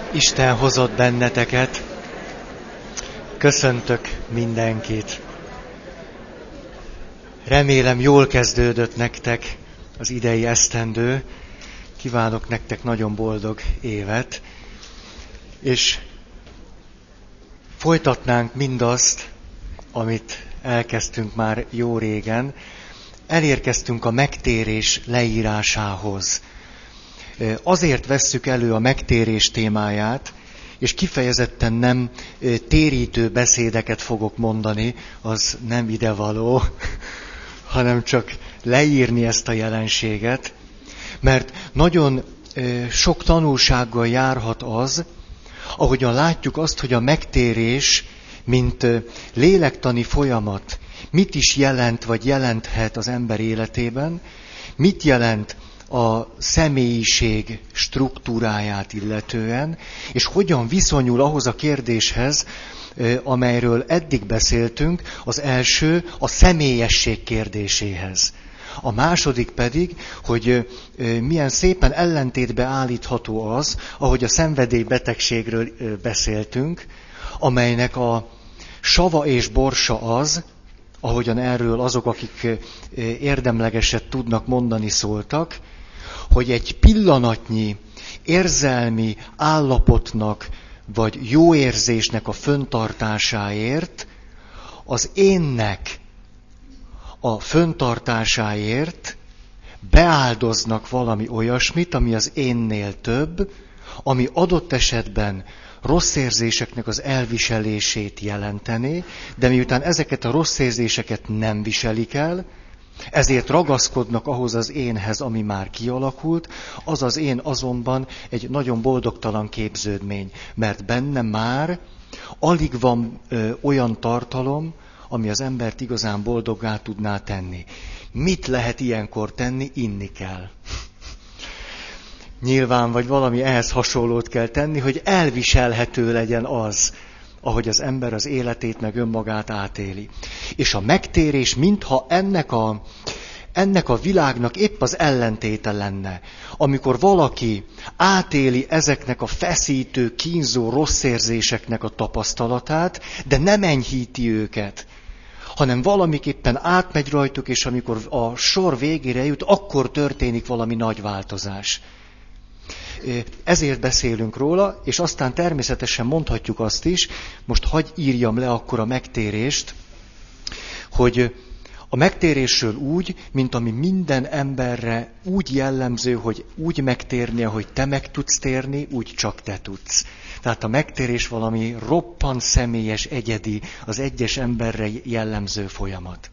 Isten hozott benneteket. Köszöntök mindenkit. Remélem jól kezdődött nektek az idei esztendő. Kívánok nektek nagyon boldog évet. És folytatnánk mindazt, amit elkezdtünk már jó régen. Elérkeztünk a megtérés leírásához. Azért vesszük elő a megtérés témáját, és kifejezetten nem térítő beszédeket fogok mondani, az nem idevaló, hanem csak leírni ezt a jelenséget, mert nagyon sok tanulsággal járhat az, ahogyan látjuk azt, hogy a megtérés, mint lélektani folyamat, mit is jelent vagy jelenthet az ember életében, mit jelent a személyiség struktúráját illetően, és hogyan viszonyul ahhoz a kérdéshez, amelyről eddig beszéltünk, az első a személyesség kérdéséhez. A második pedig, hogy milyen szépen ellentétbe állítható az, ahogy a szenvedélybetegségről beszéltünk, amelynek a sava és borsa az, ahogyan erről azok, akik érdemlegeset tudnak mondani, szóltak, hogy egy pillanatnyi érzelmi állapotnak vagy jó érzésnek a föntartásáért, az énnek a föntartásáért beáldoznak valami olyasmit, ami az énnél több, ami adott esetben rossz érzéseknek az elviselését jelenteni, de miután ezeket a rossz érzéseket nem viselik el, ezért ragaszkodnak ahhoz az énhez, ami már kialakult, az az én azonban egy nagyon boldogtalan képződmény, mert benne már alig van olyan tartalom, ami az embert igazán boldoggá tudná tenni. Mit lehet ilyenkor tenni? Inni kell. Nyilván, vagy valami ehhez hasonlót kell tenni, hogy elviselhető legyen az, ahogy az ember az életét meg önmagát átéli. És a megtérés mintha ennek a világnak épp az ellentéte lenne. Amikor valaki átéli ezeknek a feszítő, kínzó, rossz érzéseknek a tapasztalatát, de nem enyhíti őket, hanem valamiképpen átmegy rajtuk, és amikor a sor végére jut, akkor történik valami nagy változás. Ezért beszélünk róla, és aztán természetesen mondhatjuk azt is, most hadd írjam le akkor a megtérést, hogy a megtérésről úgy, mint ami minden emberre úgy jellemző, hogy úgy megtérni, ahogy te meg tudsz térni, úgy csak te tudsz. Tehát a megtérés valami roppant személyes, egyedi, az egyes emberre jellemző folyamat.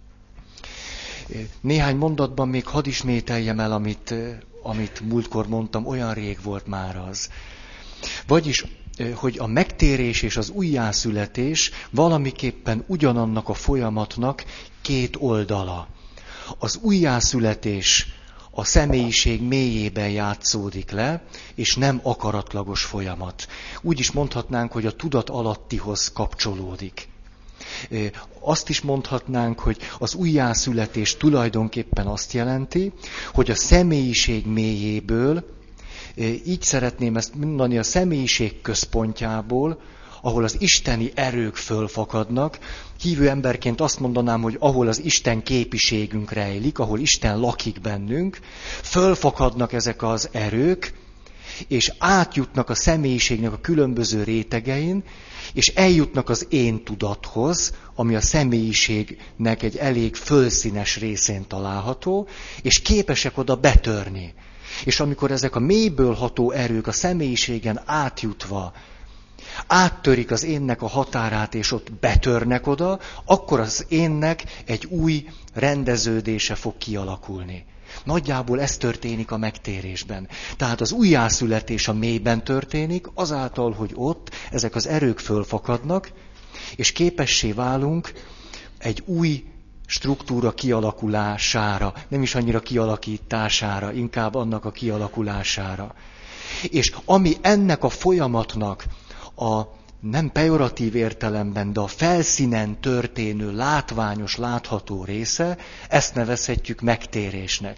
Néhány mondatban még hadd ismételjem el, amit múltkor mondtam, olyan rég volt már az. Vagyis, hogy a megtérés és az újjászületés valamiképpen ugyanannak a folyamatnak két oldala. Az újjászületés a személyiség mélyében játszódik le, és nem akaratlagos folyamat. Úgy is mondhatnánk, hogy a tudat alattihoz kapcsolódik. Azt is mondhatnánk, hogy az újjászületés tulajdonképpen azt jelenti, hogy a személyiség mélyéből, így szeretném ezt mondani, a személyiség központjából, ahol az isteni erők fölfakadnak, hívő emberként azt mondanám, hogy ahol az Isten képiségünk rejlik, ahol Isten lakik bennünk, fölfakadnak ezek az erők, és átjutnak a személyiségnek a különböző rétegein, és eljutnak az én tudathoz, ami a személyiségnek egy elég fölszínes részén található, és képesek oda betörni. És amikor ezek a mélyből ható erők a személyiségen átjutva áttörik az énnek a határát, és ott betörnek oda, akkor az énnek egy új rendeződése fog kialakulni. Nagyjából ez történik a megtérésben. Tehát az újjászületés a mélyben történik, azáltal, hogy ott ezek az erők fölfakadnak, és képessé válunk egy új struktúra kialakulására, nem is annyira kialakítására, inkább annak a kialakulására. És ami ennek a folyamatnak a nem pejoratív értelemben, de a felszínen történő látványos, látható része, ezt nevezhetjük megtérésnek.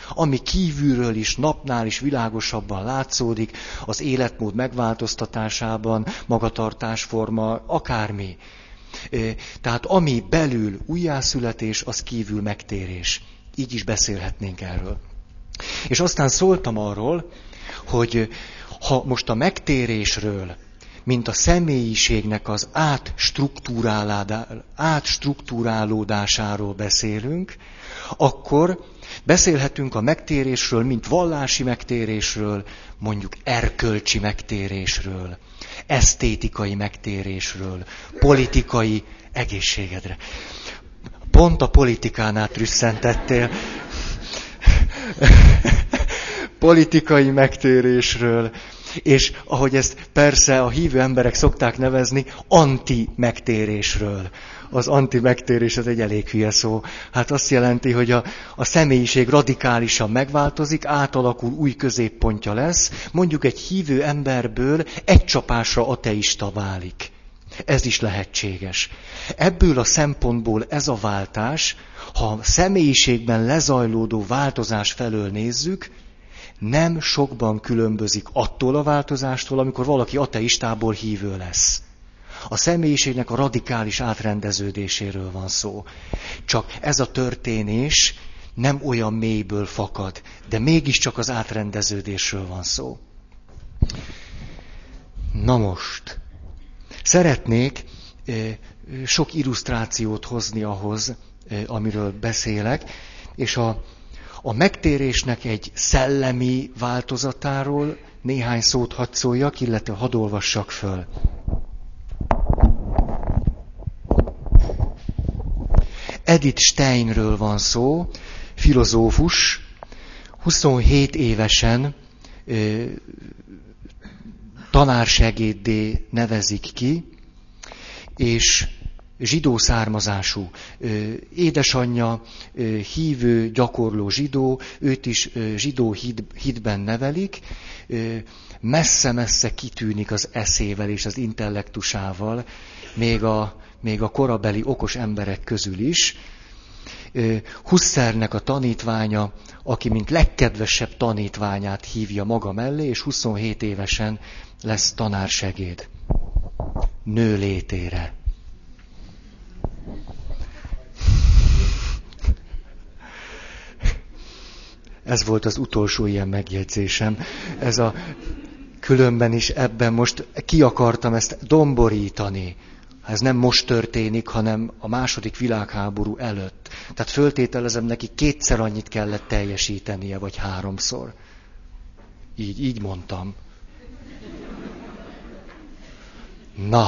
ami kívülről is, napnál is világosabban látszódik, az életmód megváltoztatásában, magatartásforma, akármi. Tehát ami belül újjászületés, az kívül megtérés. Így is beszélhetnénk erről. És aztán szóltam arról, hogy ha most a megtérésről, mint a személyiségnek az átstruktúrálódásáról beszélünk, akkor beszélhetünk a megtérésről, mint vallási megtérésről, mondjuk erkölcsi megtérésről, esztétikai megtérésről, politikai egészségedre. Pont a politikánál trüsszentettél. Politikai megtérésről, és ahogy ezt persze a hívő emberek szokták nevezni, anti-megtérésről. Az anti-megtérés az egy elég hülye szó. Hát azt jelenti, hogy a személyiség radikálisan megváltozik, átalakul, új középpontja lesz, mondjuk egy hívő emberből egy csapásra ateista válik. Ez is lehetséges. Ebből a szempontból ez a váltás, ha a személyiségben lezajlódó változás felől nézzük, nem sokban különbözik attól a változástól, amikor valaki ateistából hívő lesz. A személyiségnek a radikális átrendeződéséről van szó. Csak ez a történés nem olyan mélyből fakad, de mégiscsak az átrendeződésről van szó. Na most, szeretnék sok illusztrációt hozni ahhoz, amiről beszélek, és a megtérésnek egy szellemi változatáról néhány szót hadd szóljak, illetve hadd olvassak föl. Edith Steinről van szó, filozófus, 27 évesen tanársegéddé nevezik ki, és zsidó származású. Édesanyja hívő, gyakorló zsidó, őt is zsidó hitben nevelik, messze-messze kitűnik az eszével és az intellektusával, még a korabeli okos emberek közül is. Husserlnek a tanítványa, aki mint legkedvesebb tanítványát hívja maga mellé, és 27 évesen lesz tanársegéd. Nő létére. Ez volt az utolsó ilyen megjegyzésem. Különben is ebben most ki akartam ezt domborítani. Ez nem most történik, hanem a második világháború előtt. Tehát föltételezem, neki 2-szer annyit kellett teljesítenie, vagy 3-szor. Így mondtam. Na,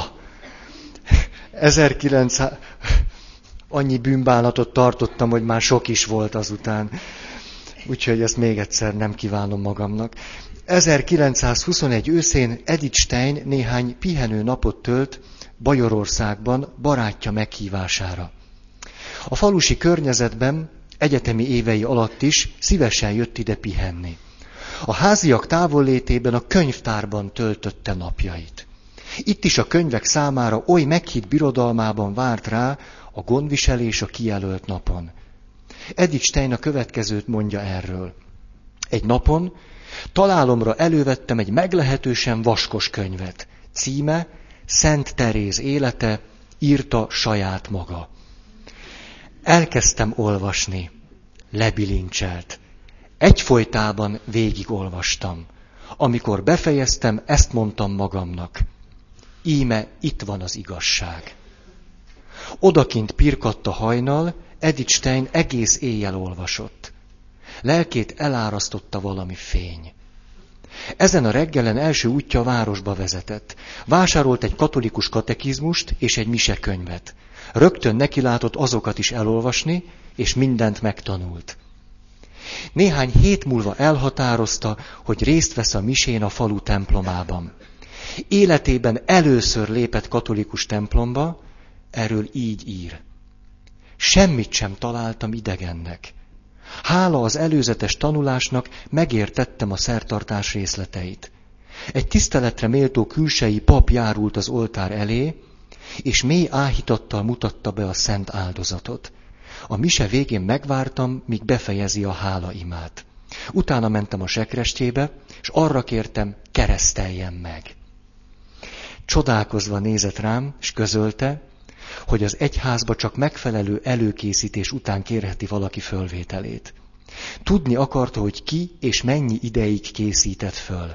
1900... Annyi bűnbánatot tartottam, hogy már sok is volt azután. Úgyhogy ezt még egyszer nem kívánom magamnak. 1921 őszén Edith Stein néhány pihenő napot tölt Bajorországban barátja meghívására. A falusi környezetben egyetemi évei alatt is szívesen jött ide pihenni. A háziak távollétében a könyvtárban töltötte napjait. Itt is a könyvek számára oly meghitt birodalmában várt rá a gondviselés a kijelölt napon. Edith Stein a következőt mondja erről. Egy napon találomra elővettem egy meglehetősen vaskos könyvet. Címe Szent Teréz élete, írta saját maga. Elkezdtem olvasni. Lebilincselt. Egyfolytában végigolvastam. Amikor befejeztem, ezt mondtam magamnak. Íme itt van az igazság. Odakint pirkadt a hajnal, Edith Stein egész éjjel olvasott. Lelkét elárasztotta valami fény. Ezen a reggelen első útja a városba vezetett. Vásárolt egy katolikus katekizmust és egy misekönyvet. Rögtön nekilátott azokat is elolvasni, és mindent megtanult. Néhány hét múlva elhatározta, hogy részt vesz a misén a falu templomában. Életében először lépett katolikus templomba, erről így ír. Semmit sem találtam idegennek. Hála az előzetes tanulásnak megértettem a szertartás részleteit. Egy tiszteletre méltó külsei pap járult az oltár elé, és mély áhítattal mutatta be a szent áldozatot. A mise végén megvártam, míg befejezi a hálaimát. Utána mentem a sekrestyébe, és arra kértem, kereszteljem meg. Csodálkozva nézett rám, és közölte, hogy az egyházba csak megfelelő előkészítés után kérheti valaki fölvételét. Tudni akarta, hogy ki és mennyi ideig készített föl.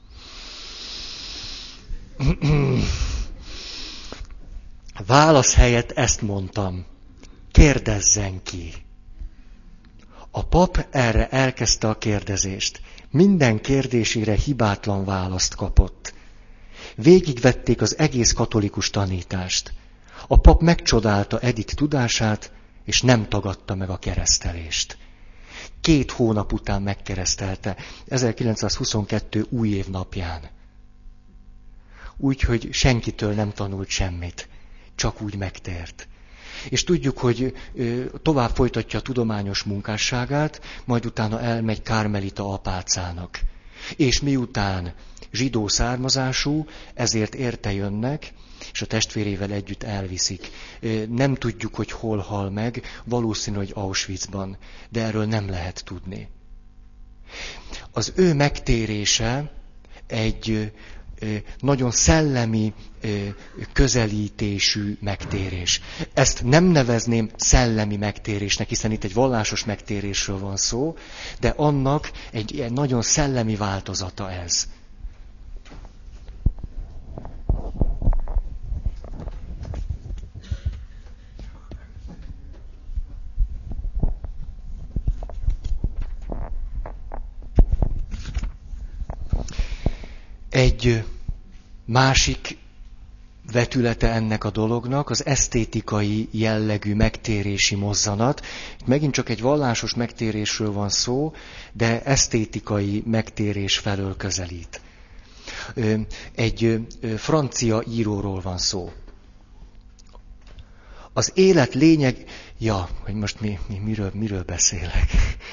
Válasz helyett ezt mondtam. Kérdezzen ki. A pap erre elkezdte a kérdezést. Minden kérdésére hibátlan választ kapott. Végigvették az egész katolikus tanítást. A pap megcsodálta Edith tudását, és nem tagadta meg a keresztelést. 2 hónap után megkeresztelte, 1922 új év napján. Úgyhogy senkitől nem tanult semmit, csak úgy megtért. És tudjuk, hogy tovább folytatja a tudományos munkásságát, majd utána elmegy karmelita apácának. És miután zsidó származású, ezért érte jönnek, és a testvérével együtt elviszik. Nem tudjuk, hogy hol hal meg, valószínű, hogy Auschwitzban, de erről nem lehet tudni. Az ő megtérése egy nagyon szellemi közelítésű megtérés. Ezt nem nevezném szellemi megtérésnek, hiszen itt egy vallásos megtérésről van szó, de annak egy nagyon szellemi változata ez. Egy másik vetülete ennek a dolognak az esztétikai jellegű megtérési mozzanat. Itt megint csak egy vallásos megtérésről van szó, de esztétikai megtérés felől közelít. Egy francia íróról van szó. Az élet lényeg... Ja, hogy most miről beszélek?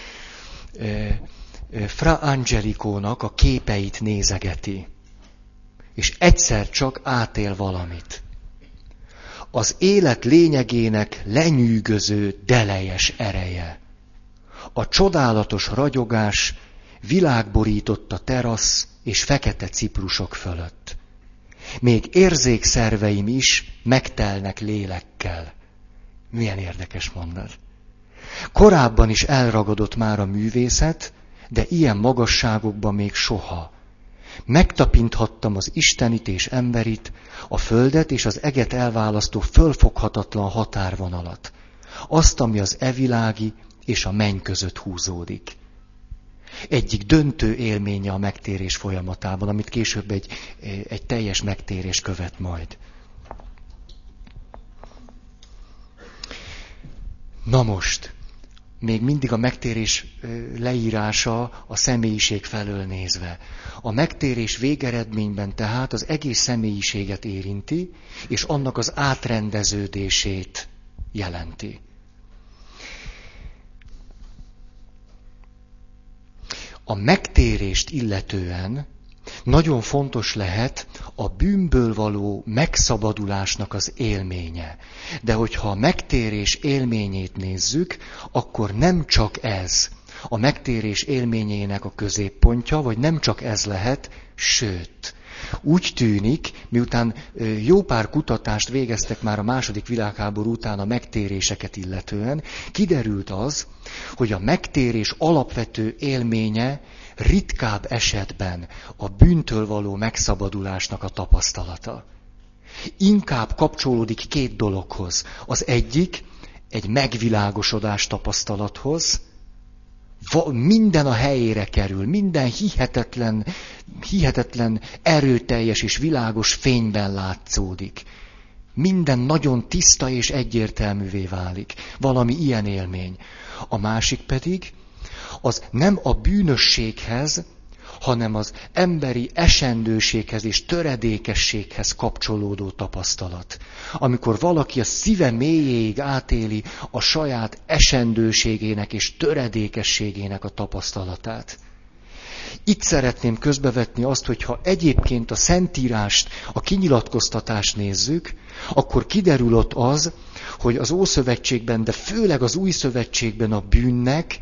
Fra Angelicónak a képeit nézegeti, és egyszer csak átél valamit. Az élet lényegének lenyűgöző, delejes ereje. A csodálatos ragyogás világborított a terasz és fekete ciprusok fölött. Még érzékszerveim is megtelnek lélekkel. Milyen érdekes mondat. Korábban is elragadott már a művészet, de ilyen magasságokban még soha. Megtapinthattam az istenit és emberit, a földet és az eget elválasztó fölfoghatatlan határvonalat. Azt, ami az evilági és a menny között húzódik. Egyik döntő élménye a megtérés folyamatában, amit később egy teljes megtérés követ majd. Na most, még mindig a megtérés leírása a személyiség felől nézve. A megtérés végeredményben tehát az egész személyiséget érinti, és annak az átrendeződését jelenti. A megtérést illetően nagyon fontos lehet a bűnből való megszabadulásnak az élménye. De hogyha a megtérés élményét nézzük, akkor nem csak ez a megtérés élményének a középpontja, vagy nem csak ez lehet, sőt, úgy tűnik, miután jó pár kutatást végeztek már a II. Világháború után a megtéréseket illetően, kiderült az, hogy a megtérés alapvető élménye ritkább esetben a bűntől való megszabadulásnak a tapasztalata. Inkább kapcsolódik 2 dologhoz. Az egyik egy megvilágosodás tapasztalathoz, minden a helyére kerül, minden hihetetlen erőteljes és világos fényben látszódik. Minden nagyon tiszta és egyértelművé válik. Valami ilyen élmény. A másik pedig, az nem a bűnösséghez, hanem az emberi esendőséghez és töredékességhez kapcsolódó tapasztalat. Amikor valaki a szíve mélyéig átéli a saját esendőségének és töredékességének a tapasztalatát. Itt szeretném közbevetni azt, hogy ha egyébként a Szentírást, a kinyilatkoztatást nézzük, akkor kiderül ott az, hogy az Ószövetségben, de főleg az Új Szövetségben a bűnnek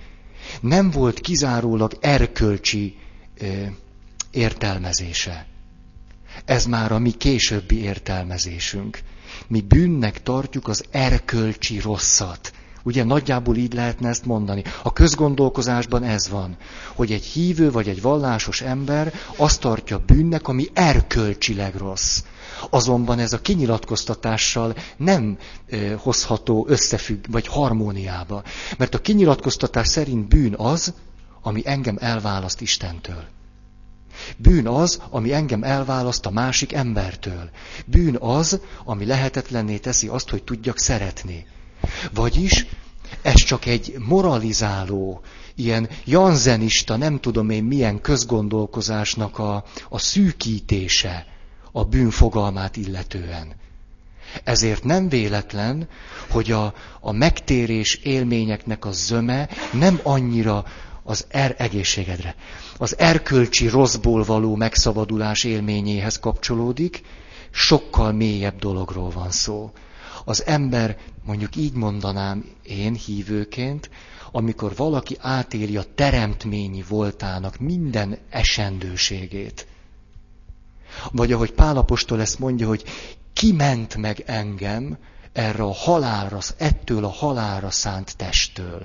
Nem volt kizárólag erkölcsi értelmezése. Ez már a mi későbbi értelmezésünk. Mi bűnnek tartjuk az erkölcsi rosszat. Ugye nagyjából így lehetne ezt mondani. A közgondolkozásban ez van, hogy egy hívő vagy egy vallásos ember azt tartja bűnnek, ami erkölcsileg rossz. Azonban ez a kinyilatkoztatással nem hozható összefügg, vagy harmóniába. Mert a kinyilatkoztatás szerint bűn az, ami engem elválaszt Istentől. Bűn az, ami engem elválaszt a másik embertől. Bűn az, ami lehetetlenné teszi azt, hogy tudjak szeretni. Vagyis ez csak egy moralizáló, ilyen janzenista, nem tudom én milyen közgondolkozásnak a szűkítése a bűn fogalmát illetően. Ezért nem véletlen, hogy a megtérés élményeknek a zöme nem annyira az egészségedre, az erkölcsi rosszból való megszabadulás élményéhez kapcsolódik, sokkal mélyebb dologról van szó. Az ember, mondjuk így mondanám én hívőként, amikor valaki átéli a teremtményi voltának minden esendőségét. Vagy ahogy Pál apostol ezt mondja, hogy ki ment meg engem erre a halálra, ettől a halálra szánt testtől.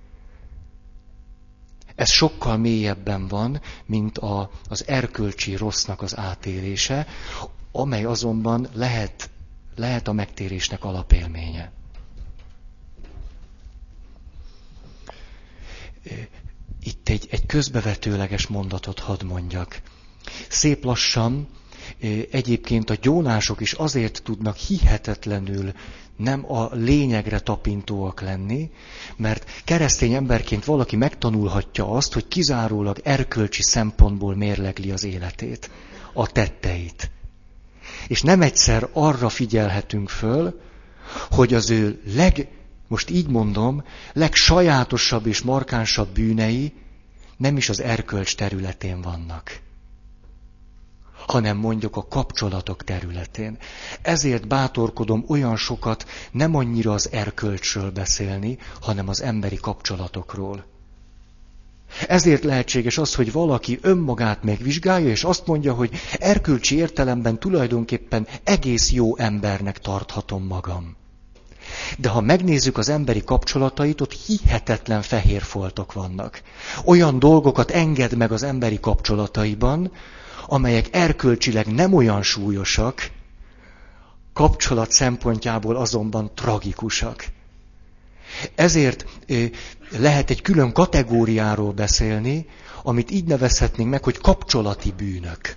Ez sokkal mélyebben van, mint az erkölcsi rossznak az átélése, amely azonban lehet a megtérésnek alapélménye. Itt egy közbevetőleges mondatot hadd mondjak. Szép lassan egyébként a gyónások is azért tudnak hihetetlenül nem a lényegre tapintóak lenni, mert keresztény emberként valaki megtanulhatja azt, hogy kizárólag erkölcsi szempontból mérlegli az életét, a tetteit. És nem egyszer arra figyelhetünk föl, hogy az ő most így mondom, legsajátosabb és markánsabb bűnei nem is az erkölcs területén vannak, hanem mondjuk a kapcsolatok területén. Ezért bátorkodom olyan sokat nem annyira az erkölcsről beszélni, hanem az emberi kapcsolatokról. Ezért lehetséges az, hogy valaki önmagát megvizsgálja, és azt mondja, hogy erkölcsi értelemben tulajdonképpen egész jó embernek tarthatom magam. De ha megnézzük az emberi kapcsolatait, ott hihetetlen fehér foltok vannak. Olyan dolgokat enged meg az emberi kapcsolataiban, amelyek erkölcsileg nem olyan súlyosak, kapcsolat szempontjából azonban tragikusak. Ezért lehet egy külön kategóriáról beszélni, amit így nevezhetnénk meg, hogy kapcsolati bűnök,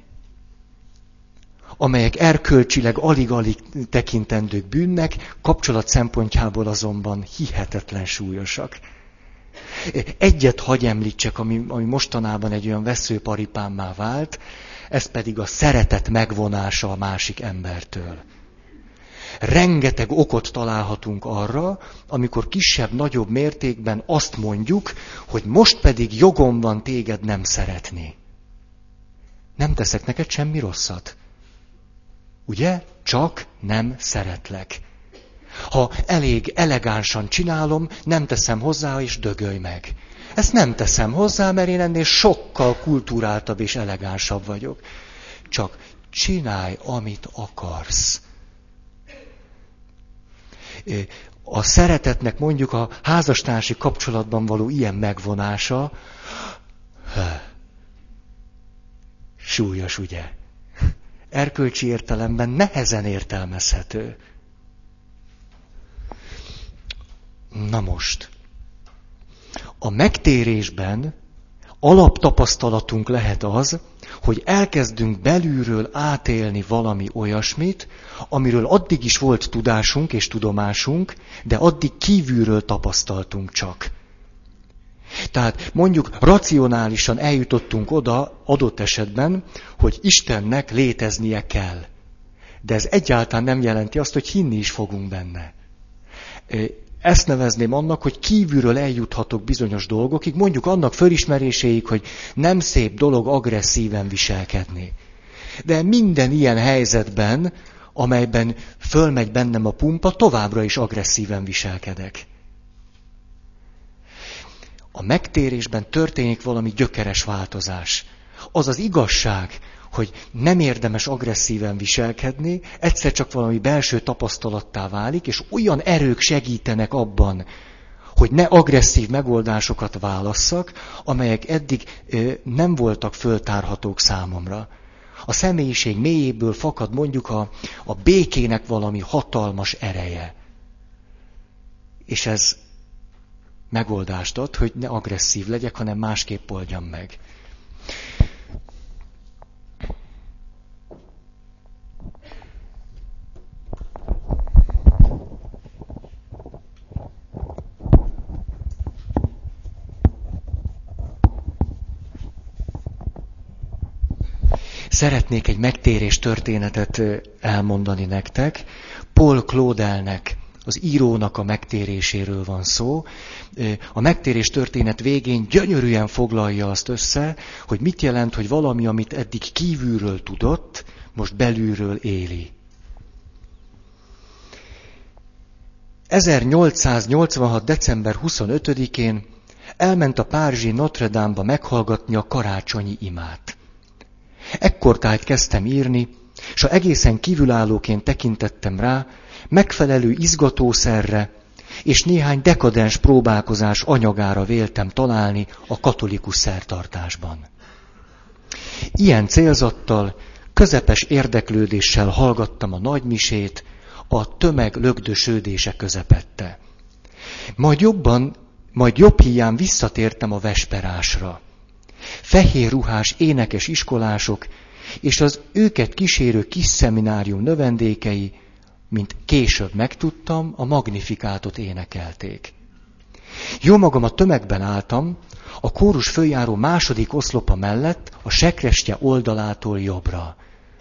amelyek erkölcsileg alig-alig tekintendők bűnnek, kapcsolat szempontjából azonban hihetetlen súlyosak. Egyet hagy említsek, ami mostanában egy olyan veszőparipámmá vált, ez pedig a szeretet megvonása a másik embertől. Rengeteg okot találhatunk arra, amikor kisebb-nagyobb mértékben azt mondjuk, hogy most pedig jogom van téged nem szeretni. Nem teszek neked semmi rosszat. Ugye? Csak nem szeretlek. Ha elég elegánsan csinálom, nem teszem hozzá, és dögölj meg. Ezt nem teszem hozzá, mert én ennél sokkal kulturáltabb és elegánsabb vagyok. Csak csinálj, amit akarsz. A szeretetnek mondjuk a házastársi kapcsolatban való ilyen megvonása, súlyos, ugye? Erkölcsi értelemben nehezen értelmezhető. Na most, a megtérésben alaptapasztalatunk lehet az, hogy elkezdünk belülről átélni valami olyasmit, amiről addig is volt tudásunk és tudomásunk, de addig kívülről tapasztaltunk csak. Tehát mondjuk racionálisan eljutottunk oda adott esetben, hogy Istennek léteznie kell. De ez egyáltalán nem jelenti azt, hogy hinni is fogunk benne. Ezt nevezném annak, hogy kívülről eljuthatok bizonyos dolgokig, mondjuk annak fölismeréséig, hogy nem szép dolog agresszíven viselkedni. De minden ilyen helyzetben, amelyben fölmegy bennem a pumpa, továbbra is agresszíven viselkedek. A megtérésben történik valami gyökeres változás. Az az igazság, hogy nem érdemes agresszíven viselkedni, egyszer csak valami belső tapasztalattá válik, és olyan erők segítenek abban, hogy ne agresszív megoldásokat válasszak, amelyek eddig nem voltak föltárhatók számomra. A személyiség mélyéből fakad mondjuk a békének valami hatalmas ereje. És ez megoldást ad, hogy ne agresszív legyek, hanem másképp oldjam meg. Szeretnék egy megtérés történetet elmondani nektek. Paul Claudelnek, az írónak a megtéréséről van szó. A megtérés történet végén gyönyörűen foglalja azt össze, hogy mit jelent, hogy valami, amit eddig kívülről tudott, most belülről éli. 1886. december 25-én elment a párizsi Notre Dame-ba meghallgatni a karácsonyi imát. Ekkortájt kezdtem írni, és ha egészen kívülállóként tekintettem rá, megfelelő izgatószerre és néhány dekadens próbálkozás anyagára véltem találni a katolikus szertartásban. Ilyen célzattal, közepes érdeklődéssel hallgattam a nagymisét, a tömeg lögdösödése közepette. Majd jobb híján visszatértem a vesperásra. Fehér ruhás énekes iskolások és az őket kísérő kis szeminárium növendékei, mint később megtudtam, a Magnifikátot énekelték. Jómagam a tömegben álltam, a kórus följáró második oszlopa mellett, a sekrestye oldalától jobbra.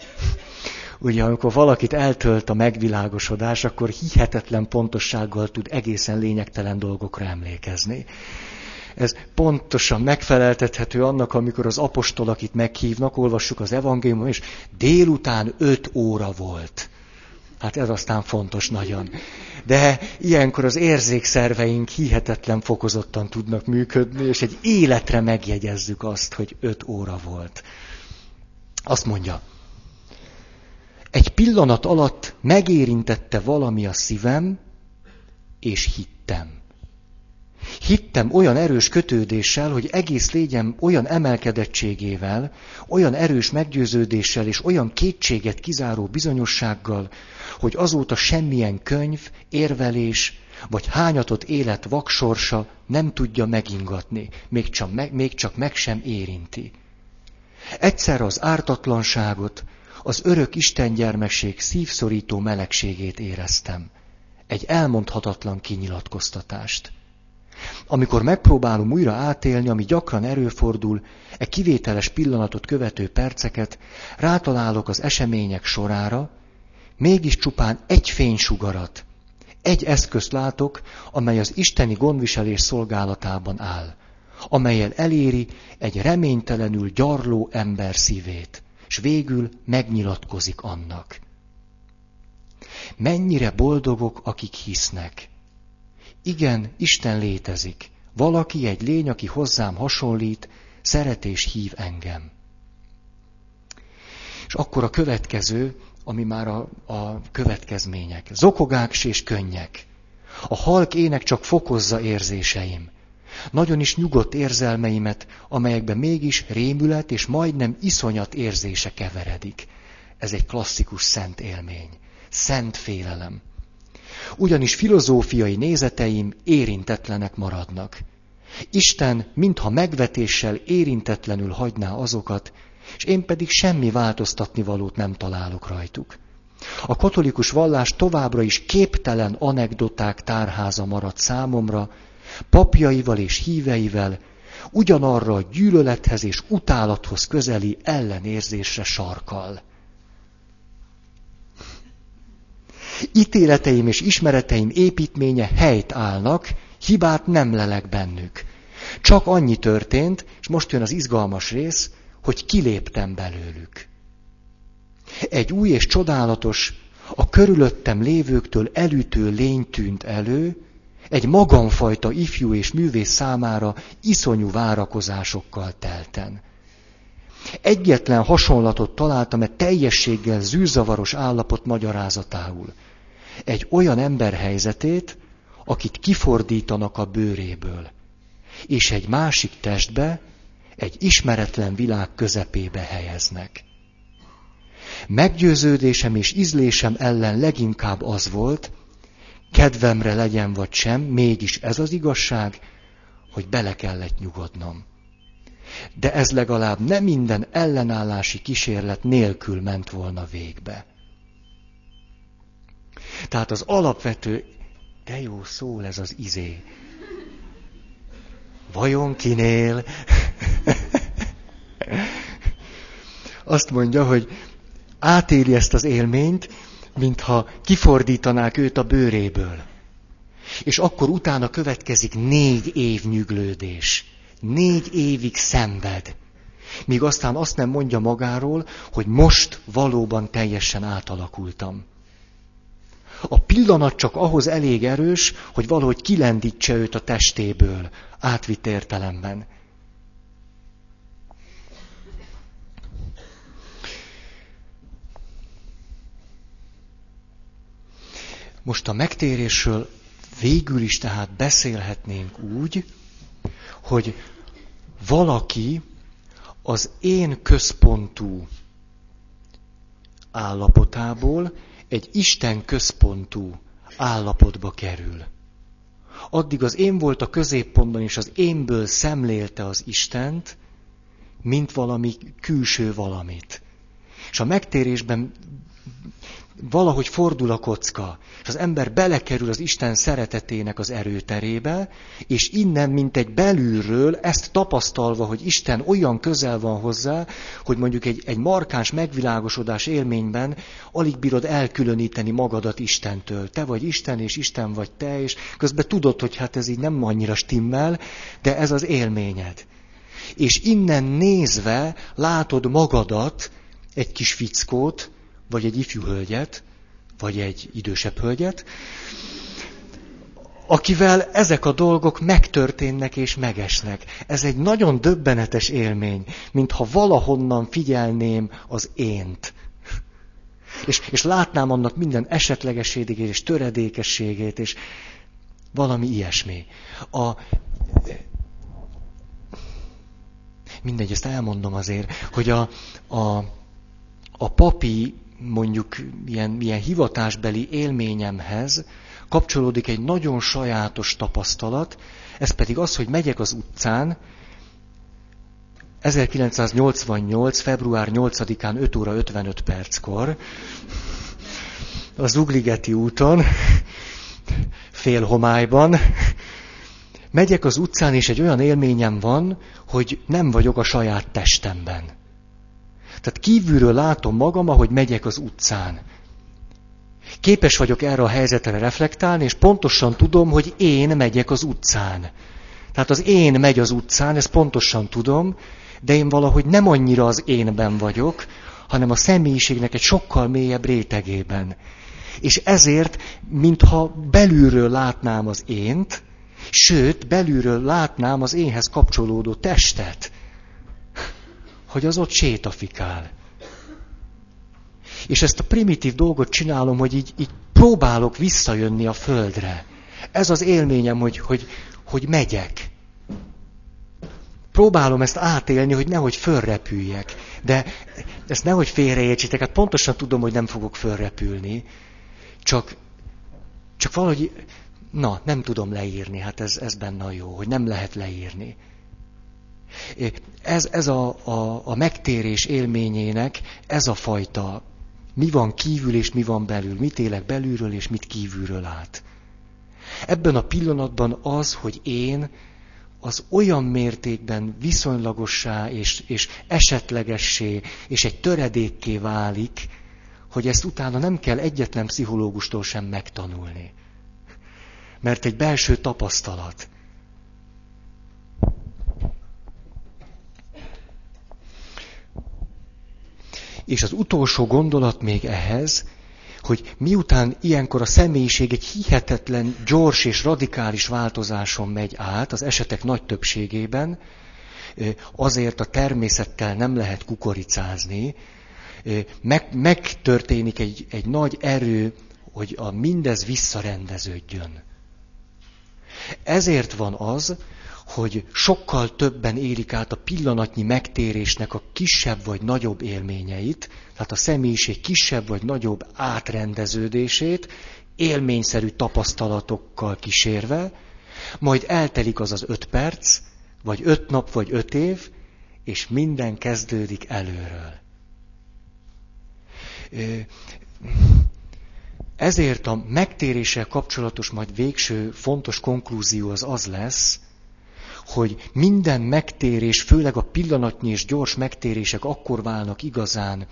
Ugye, amikor valakit eltölt a megvilágosodás, akkor hihetetlen pontossággal tud egészen lényegtelen dolgokra emlékezni. Ez pontosan megfeleltethető annak, amikor az apostolok itt meghívnak, olvassuk az evangéliumot, és délután 5 óra volt. Hát ez aztán fontos nagyon. De ilyenkor az érzékszerveink hihetetlen fokozottan tudnak működni, és egy életre megjegyezzük azt, hogy 5 óra volt. Azt mondja, egy pillanat alatt megérintette valami a szívem, és hittem. Hittem olyan erős kötődéssel, hogy egész lényem olyan emelkedettségével, olyan erős meggyőződéssel és olyan kétséget kizáró bizonyossággal, hogy azóta semmilyen könyv, érvelés vagy hányatott élet vaksorsa nem tudja megingatni, még csak meg sem érinti. Egyszerre az ártatlanságot, az örök istengyermekség szívszorító melegségét éreztem. Egy elmondhatatlan kinyilatkoztatást. Amikor megpróbálom újra átélni, ami gyakran előfordul, e kivételes pillanatot követő perceket, rátalálok az események sorára, mégis csupán egy fénysugarat, egy eszközt látok, amely az isteni gondviselés szolgálatában áll, amellyel eléri egy reménytelenül gyarló ember szívét, és végül megnyilatkozik annak. Mennyire boldogok, akik hisznek. Igen, Isten létezik. Valaki, egy lény, aki hozzám hasonlít, szeret és hív engem. És akkor a következő, ami már a következmények. Zokogák és könnyek. A halk ének csak fokozza érzéseim. Nagyon is nyugodt érzelmeimet, amelyekben mégis rémület és majdnem iszonyat érzése keveredik. Ez egy klasszikus szent élmény. Szent félelem. Ugyanis filozófiai nézeteim érintetlenek maradnak. Isten mintha megvetéssel érintetlenül hagyná azokat, és én pedig semmi változtatnivalót nem találok rajtuk. A katolikus vallás továbbra is képtelen anekdoták tárháza maradt számomra, papjaival és híveivel, ugyanarra a gyűlölethez és utálathoz közeli ellenérzésre sarkal. Ítéleteim és ismereteim építménye helyt állnak, hibát nem lelek bennük. Csak annyi történt, és most jön az izgalmas rész, hogy kiléptem belőlük. Egy új és csodálatos, a körülöttem lévőktől elütő lény tűnt elő, egy magamfajta ifjú és művész számára iszonyú várakozásokkal telten. Egyetlen hasonlatot találtam egy teljességgel zűrzavaros állapot magyarázatául. Egy olyan ember helyzetét, akit kifordítanak a bőréből, és egy másik testbe, egy ismeretlen világ közepébe helyeznek. Meggyőződésem és ízlésem ellen leginkább az volt, kedvemre legyen vagy sem, mégis ez az igazság, hogy bele kellett nyugodnom. De ez legalább nem minden ellenállási kísérlet nélkül ment volna végbe. Tehát az alapvető, de jó szól ez az izé. Vajon kinél? Azt mondja, hogy átéli ezt az élményt, mintha kifordítanák őt a bőréből. És akkor utána következik 4 év nyüglődés. 4 évig szenved. Míg aztán azt nem mondja magáról, hogy most valóban teljesen átalakultam. A pillanat csak ahhoz elég erős, hogy valahogy kilendítse őt a testéből, átvitt értelemben. Most a megtérésről végül is tehát beszélhetnénk úgy, hogy valaki az én központú állapotából egy Isten központú állapotba kerül. Addig az én volt a középpontban, és az énből szemlélte az Istent, mint valami külső valamit. És a megtérésben valahogy fordul a kocka, és az ember belekerül az Isten szeretetének az erőterébe, és innen, mint egy belülről, ezt tapasztalva, hogy Isten olyan közel van hozzá, hogy mondjuk egy markáns megvilágosodás élményben alig bírod elkülöníteni magadat Istentől. Te vagy Isten, és Isten vagy te, és közben tudod, hogy hát ez így nem annyira stimmel, de ez az élményed. És innen nézve látod magadat, egy kis fickót, vagy egy ifjú hölgyet, vagy egy idősebb hölgyet, akivel ezek a dolgok megtörténnek és megesnek. Ez egy nagyon döbbenetes élmény, mintha valahonnan figyelném az ént. És látnám annak minden esetlegességét és töredékességét, és valami ilyesmi. Mindegy, ezt elmondom azért, hogy a papi, mondjuk ilyen hivatásbeli élményemhez kapcsolódik egy nagyon sajátos tapasztalat, ez pedig az, hogy megyek az utcán, 1988. február 8-án 5 óra 55 perckor, a Zugligeti úton, félhomályban, megyek az utcán, és egy olyan élményem van, hogy nem vagyok a saját testemben. Tehát kívülről látom magam, ahogy megyek az utcán. Képes vagyok erre a helyzetre reflektálni, és pontosan tudom, hogy én megyek az utcán. Tehát az én megy az utcán, ezt pontosan tudom, de én valahogy nem annyira az énben vagyok, hanem a személyiségnek egy sokkal mélyebb rétegében. És ezért, mintha belülről látnám az ént, sőt, belülről látnám az énhez kapcsolódó testet, hogy az ott sétafikál. És ezt a primitív dolgot csinálom, hogy így próbálok visszajönni a földre. Ez az élményem, hogy megyek. Próbálom ezt átélni, hogy nehogy fölrepüljek. De ezt nehogy félreértsétek, hát pontosan tudom, hogy nem fogok fölrepülni. Csak valahogy, nem tudom leírni, hát ez benne a jó, hogy nem lehet leírni. Ez a megtérés élményének ez a fajta, mi van kívül és mi van belül, mit élek belülről és mit kívülről át. Ebben a pillanatban az, hogy én, az olyan mértékben viszonylagossá és esetlegessé és egy töredékké válik, hogy ezt utána nem kell egyetlen pszichológustól sem megtanulni. Mert egy belső tapasztalat. És az utolsó gondolat még ehhez, hogy miután ilyenkor a személyiség egy hihetetlen, gyors és radikális változáson megy át, az esetek nagy többségében, azért a természettel nem lehet kukoricázni, megtörténik egy nagy erő, hogy mindez visszarendeződjön. Ezért van az, hogy sokkal többen élik át a pillanatnyi megtérésnek a kisebb vagy nagyobb élményeit, tehát a személyiség kisebb vagy nagyobb átrendeződését, élményszerű tapasztalatokkal kísérve, majd eltelik az 5 perc, vagy 5 nap, vagy 5 év, és minden kezdődik előről. Ezért a megtéréssel kapcsolatos majd végső fontos konklúzió az lesz, hogy minden megtérés, főleg a pillanatnyi és gyors megtérések akkor válnak igazán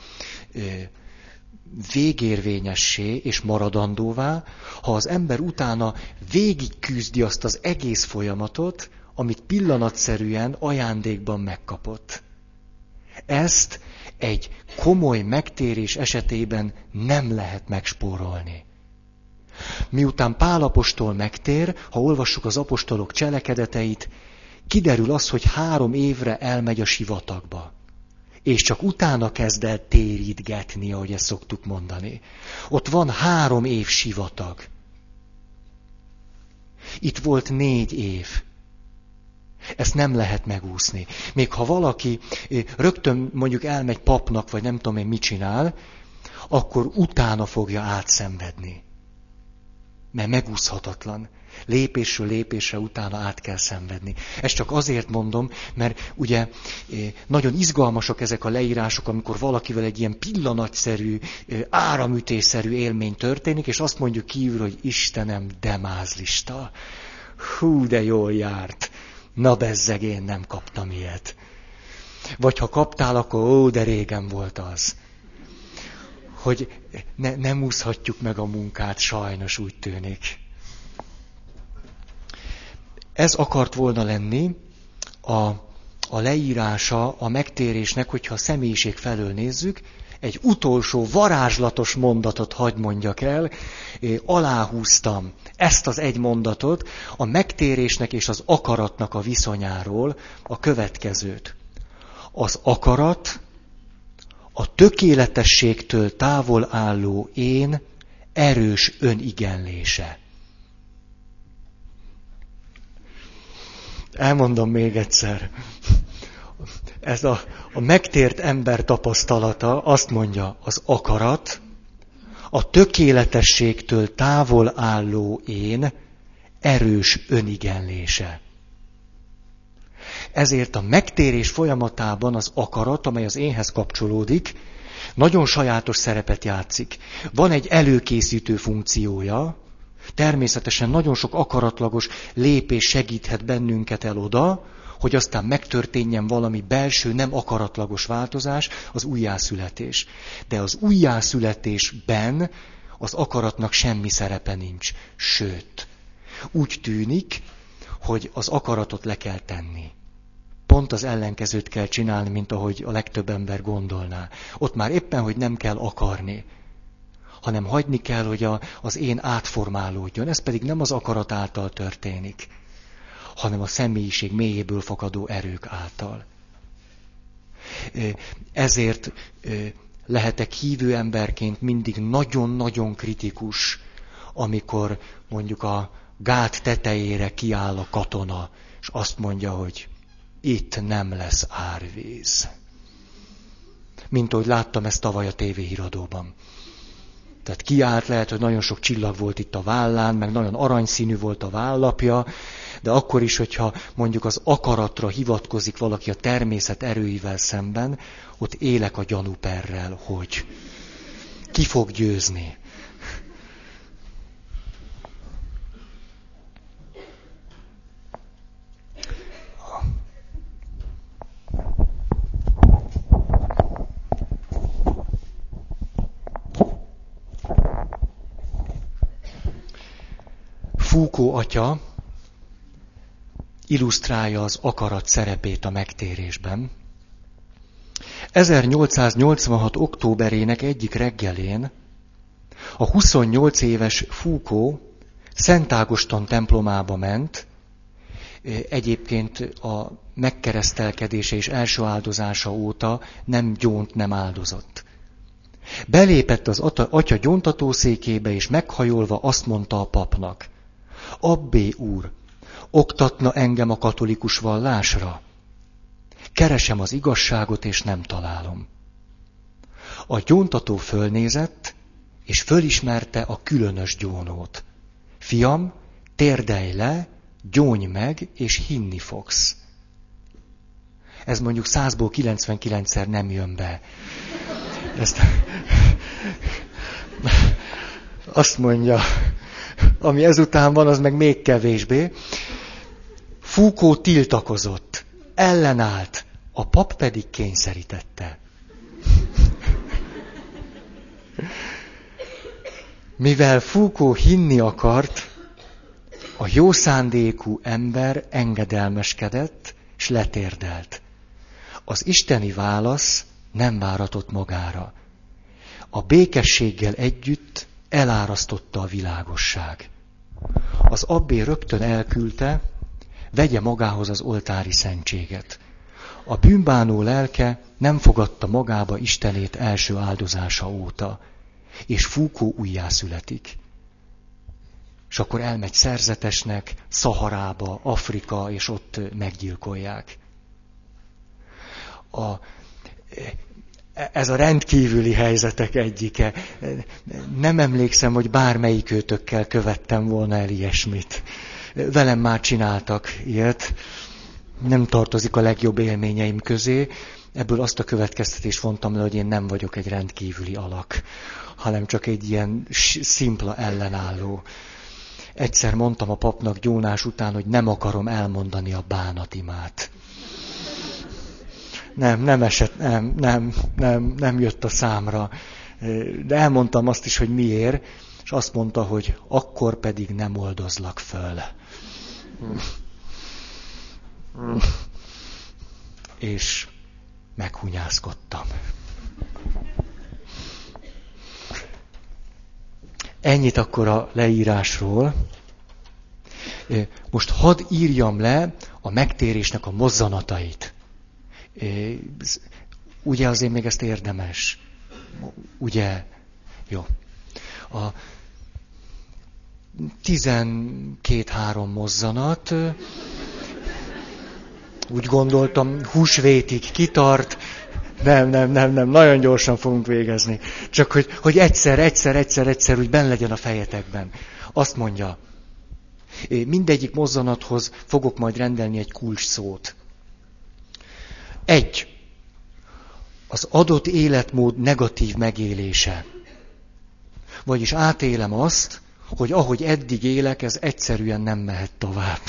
végérvényessé és maradandóvá, ha az ember utána végigküzdi azt az egész folyamatot, amit pillanatszerűen ajándékban megkapott. Ezt egy komoly megtérés esetében nem lehet megspórolni. Miután Pál apostol megtér, ha olvassuk az apostolok cselekedeteit, kiderül az, hogy 3 évre elmegy a sivatagba. És csak utána kezd el térítgetni, ahogy ezt szoktuk mondani. Ott van 3 év sivatag. Itt volt 4 év. Ezt nem lehet megúszni. Még ha valaki rögtön mondjuk elmegy papnak, vagy nem tudom én mit csinál, akkor utána fogja átszenvedni. Mert megúszhatatlan. Lépésről lépésre utána át kell szenvedni. Ezt csak azért mondom, mert ugye nagyon izgalmasak ezek a leírások, amikor valakivel egy ilyen pillanatszerű, áramütésszerű élmény történik, és azt mondjuk kívül, hogy Istenem, de mázlista. Hú, de jól járt. Na bezzeg, én nem kaptam ilyet. Vagy ha kaptál, akkor de régen volt az. Hogy nem úszhatjuk meg a munkát, sajnos úgy tűnik. Ez akart volna lenni a leírása a megtérésnek, hogyha a személyiség felől nézzük. Egy utolsó varázslatos mondatot hadd mondjak el, aláhúztam ezt az egy mondatot, a megtérésnek és az akaratnak a viszonyáról a következőt. Az akarat a tökéletességtől távol álló én erős önigenlése. Elmondom még egyszer. Ez a megtért ember tapasztalata azt mondja, az akarat a tökéletességtől távol álló én erős önigenlése. Ezért a megtérés folyamatában az akarat, amely az énhez kapcsolódik, nagyon sajátos szerepet játszik. Van egy előkészítő funkciója, természetesen nagyon sok akaratlagos lépés segíthet bennünket el oda, hogy aztán megtörténjen valami belső, nem akaratlagos változás, az újjászületés. De az újjászületésben az akaratnak semmi szerepe nincs. Sőt, úgy tűnik, hogy az akaratot le kell tenni. Pont az ellenkezőt kell csinálni, mint ahogy a legtöbb ember gondolná. Ott már éppen, hogy nem kell akarni, hanem hagyni kell, hogy az én átformálódjon. Ez pedig nem az akarat által történik, hanem a személyiség mélyéből fakadó erők által. Ezért lehetek hívő emberként mindig nagyon-nagyon kritikus, amikor mondjuk a gát tetejére kiáll a katona, és azt mondja, hogy itt nem lesz árvíz. Mint ahogy láttam ezt tavaly a tévéhíradóban. Tehát kiállt, lehet, hogy nagyon sok csillag volt itt a vállán, meg nagyon aranyszínű volt a vállapja, de akkor is, hogyha mondjuk az akaratra hivatkozik valaki a természet erőivel szemben, ott élek a gyanúperrel, hogy ki fog győzni. Foucault atya illusztrálja az akarat szerepét a megtérésben. 1886. októberének egyik reggelén A 28 éves Foucault Szent Ágoston templomába ment, egyébként a megkeresztelkedése és első áldozása óta nem gyónt, nem áldozott. Belépett az atya gyóntatószékébe, és meghajolva azt mondta a papnak: Abbé úr, oktatna engem a katolikus vallásra? Keresem az igazságot, és nem találom. A gyóntató fölnézett, és fölismerte a különös gyónót. Fiam, térdelj le, gyónj meg, és hinni fogsz. Ez mondjuk 100-ból 99-szer nem jön be. Azt mondja, ami ezután van, az meg még kevésbé. Foucault tiltakozott, ellenállt, a pap pedig kényszerítette. Mivel Foucault hinni akart, a jó szándékú ember engedelmeskedett, és letérdelt. Az isteni válasz nem váratott magára. A békességgel együtt elárasztotta a világosság. Az abbé rögtön elküldte, vegye magához az oltári szentséget. A bűnbánó lelke nem fogadta magába Istenét első áldozása óta, és Foucault újjászületik. És akkor elmegy szerzetesnek, Szaharába, Afrika, és ott meggyilkolják. Ez a rendkívüli helyzetek egyike. Nem emlékszem, hogy bármelyik őtökkel követtem volna el ilyesmit. Velem már csináltak ilyet. Nem tartozik a legjobb élményeim közé. Ebből azt a következtetést vontam le, hogy én nem vagyok egy rendkívüli alak, hanem csak egy ilyen szimpla ellenálló. Egyszer mondtam a papnak gyónás után, hogy nem akarom elmondani a bánatimát. Nem jött a számra. De elmondtam azt is, hogy miért, és azt mondta, hogy akkor pedig nem oldozlak föl. És meghunyászkodtam. Ennyit akkor a leírásról. Most hadd írjam le a megtérésnek a mozzanatait. Ugye azért még ezt érdemes? Ugye? Jó. A 12-3 mozzanat. Úgy gondoltam, húsvétig kitart. Nem, nagyon gyorsan fogunk végezni. Csak hogy egyszer, úgy benn legyen a fejetekben. Azt mondja, mindegyik mozzanathoz fogok majd rendelni egy kulcs szót. 1. Az adott életmód negatív megélése. Vagyis átélem azt, hogy ahogy eddig élek, ez egyszerűen nem mehet tovább.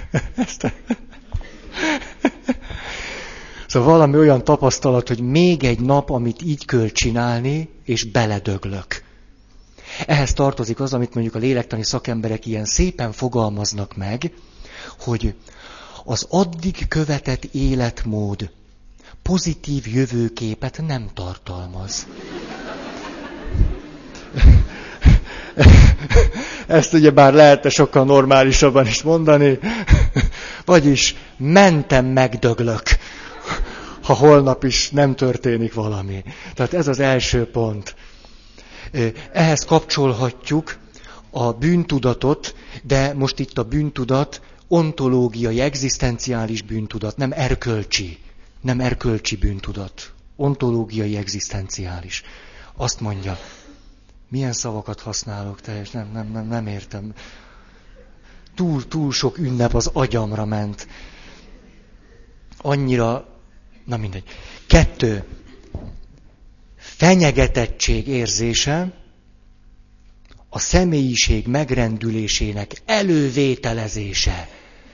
Szóval valami olyan tapasztalat, hogy még egy nap, amit így kell csinálni, és beledöglök. Ehhez tartozik az, amit mondjuk a lélektani szakemberek ilyen szépen fogalmaznak meg, hogy az addig követett életmód pozitív jövőképet nem tartalmaz. Ezt ugyebár lehetne sokkal normálisabban is mondani. Vagyis mentem megdöglök, ha holnap is nem történik valami. Tehát ez az első pont. Ehhez kapcsolhatjuk a bűntudatot, de most itt a bűntudat ontológiai, egzisztenciális bűntudat, nem erkölcsi bűntudat. Ontológiai, egzisztenciális. Azt mondja, milyen szavakat használok, nem értem. Túl sok ünnep az agyamra ment. Annyira, na mindegy. 2. Fenyegetettség érzése, a személyiség megrendülésének elővételezése.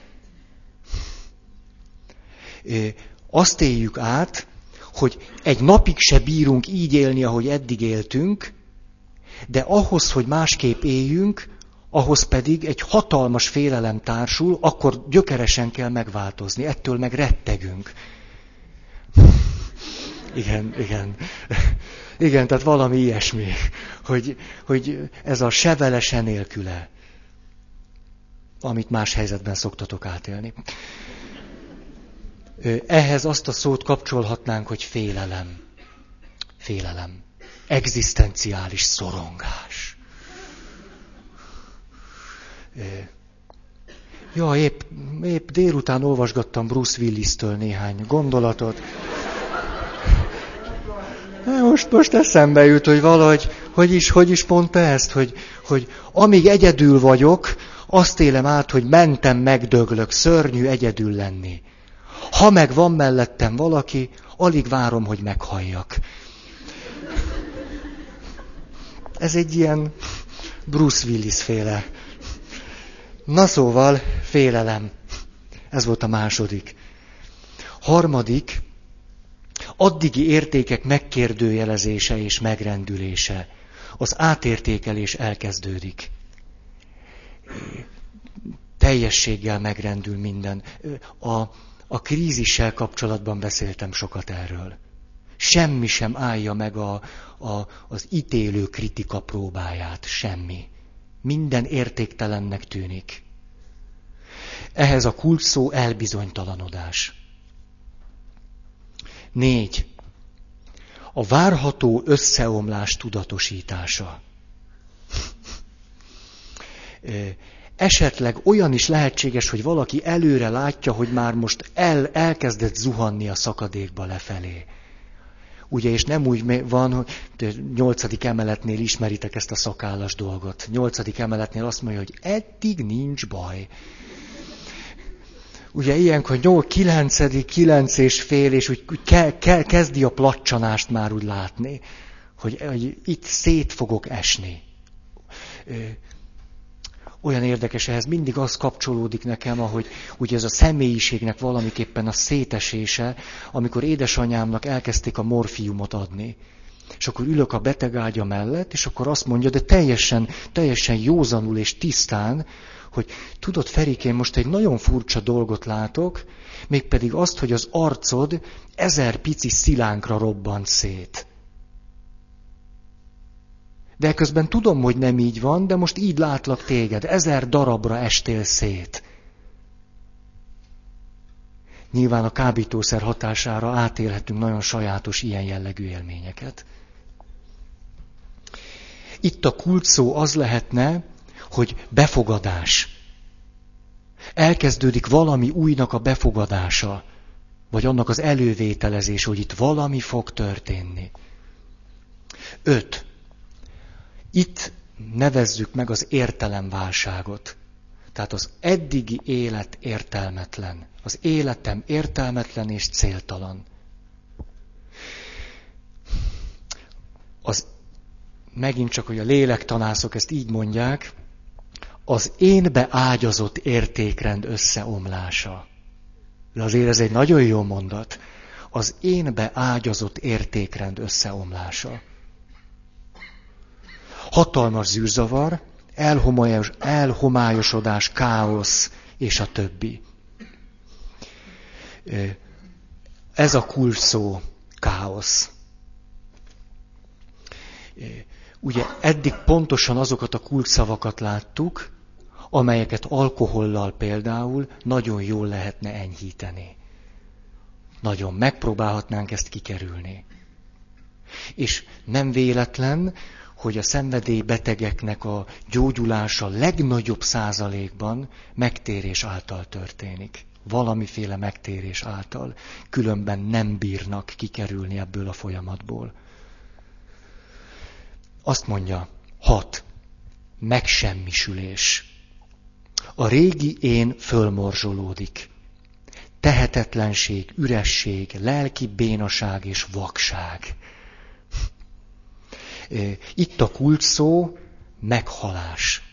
Azt éljük át, hogy egy napig se bírunk így élni, ahogy eddig éltünk, de ahhoz, hogy másképp éljünk, ahhoz pedig egy hatalmas félelem társul, akkor gyökeresen kell megváltozni, ettől meg rettegünk. Igen, igen. Igen, tehát valami ilyesmi, hogy ez a se vele, se nélküle, amit más helyzetben szoktatok átélni. Ehhez azt a szót kapcsolhatnánk, hogy félelem. Félelem. Egzisztenciális szorongás. Ja, épp délután olvasgattam Bruce Willis-től néhány gondolatot. Most eszembe jut, hogy valahogy, hogy is mondta ezt, hogy amíg egyedül vagyok, azt élem át, hogy mentem, megdöglök, szörnyű egyedül lenni. Ha meg van mellettem valaki, alig várom, hogy meghalljak. Ez egy ilyen Bruce Willis féle. Na szóval, félelem. Ez volt a második. Harmadik, addigi értékek megkérdőjelezése és megrendülése. Az átértékelés elkezdődik. Teljességgel megrendül minden. A krízissel kapcsolatban beszéltem sokat erről. Semmi sem állja meg az ítélő kritika próbáját. Semmi. Minden értéktelennek tűnik. Ehhez a kulcsszó elbizonytalanodás. 4. A várható összeomlás tudatosítása. Esetleg olyan is lehetséges, hogy valaki előre látja, hogy már most elkezdett zuhanni a szakadékba lefelé. Ugye, és nem úgy van, hogy 8. emeletnél ismeritek ezt a szakállas dolgot. 8. emeletnél azt mondja, hogy eddig nincs baj. Ugye ilyenkor 9. és fél, és úgy kezdi a placsanást már úgy látni, hogy itt szét fogok esni. Olyan érdekes, ehhez mindig az kapcsolódik nekem, ahogy ugye ez a személyiségnek valamiképpen a szétesése, amikor édesanyámnak elkezdték a morfiumot adni. És akkor ülök a betegágya mellett, és akkor azt mondja, de teljesen józanul és tisztán, hogy tudod, Ferikém, most egy nagyon furcsa dolgot látok, mégpedig azt, hogy az arcod 1000 pici szilánkra robbant szét. De közben tudom, hogy nem így van, de most így látlak téged, 1000 darabra estél szét. Nyilván a kábítószer hatására átélhetünk nagyon sajátos ilyen jellegű élményeket. Itt a kulcsszó az lehetne, hogy befogadás. Elkezdődik valami újnak a befogadása, vagy annak az elővételezés, hogy itt valami fog történni. 5. Itt nevezzük meg az értelemválságot. Tehát az eddigi élet értelmetlen. Az életem értelmetlen és céltalan. Megint csak, hogy a lélektanászok ezt így mondják, az énbe ágyazott értékrend összeomlása. De azért ez egy nagyon jó mondat. Az énbe ágyazott értékrend összeomlása. Hatalmas zűrzavar, elhomályosodás, káosz és a többi. Ez a kulcsszó, káosz. Ugye eddig pontosan azokat a kulcsszavakat láttuk, amelyeket alkohollal például nagyon jól lehetne enyhíteni. Nagyon megpróbálhatnánk ezt kikerülni. És nem véletlen, hogy a szenvedélybetegeknek a gyógyulása legnagyobb százalékban megtérés által történik. Valamiféle megtérés által. Különben nem bírnak kikerülni ebből a folyamatból. Azt mondja, 6. Megsemmisülés. A régi én fölmorzsolódik. Tehetetlenség, üresség, lelki bénaság és vakság. Itt a kulcsszó, meghalás.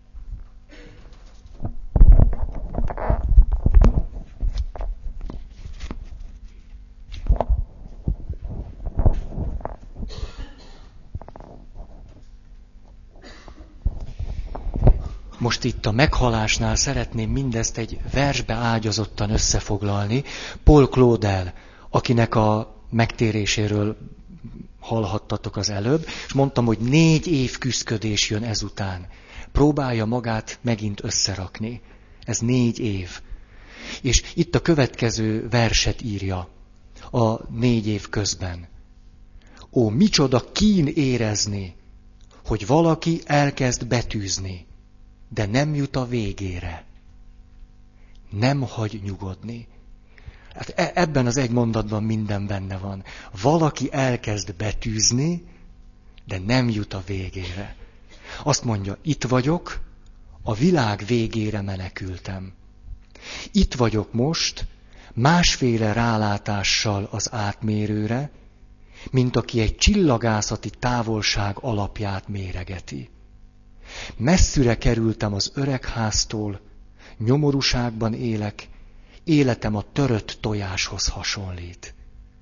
Most itt a meghalásnál szeretném mindezt egy versbe ágyazottan összefoglalni. Paul Claudel, akinek a megtéréséről hallhattatok az előbb, és mondtam, hogy 4 év küszködés jön ezután. Próbálja magát megint összerakni. Ez 4 év. És itt a következő verset írja a 4 év közben. Ó, micsoda kín érezni, hogy valaki elkezd betűzni, de nem jut a végére. Nem hagy nyugodni. Hát ebben az egy mondatban minden benne van. Valaki elkezd betűzni, de nem jut a végére. Azt mondja, itt vagyok, a világ végére menekültem. Itt vagyok most, másféle rálátással az átmérőre, mint aki egy csillagászati távolság alapját méregeti. Messzire kerültem az öregháztól, nyomorúságban élek, életem a törött tojáshoz hasonlít.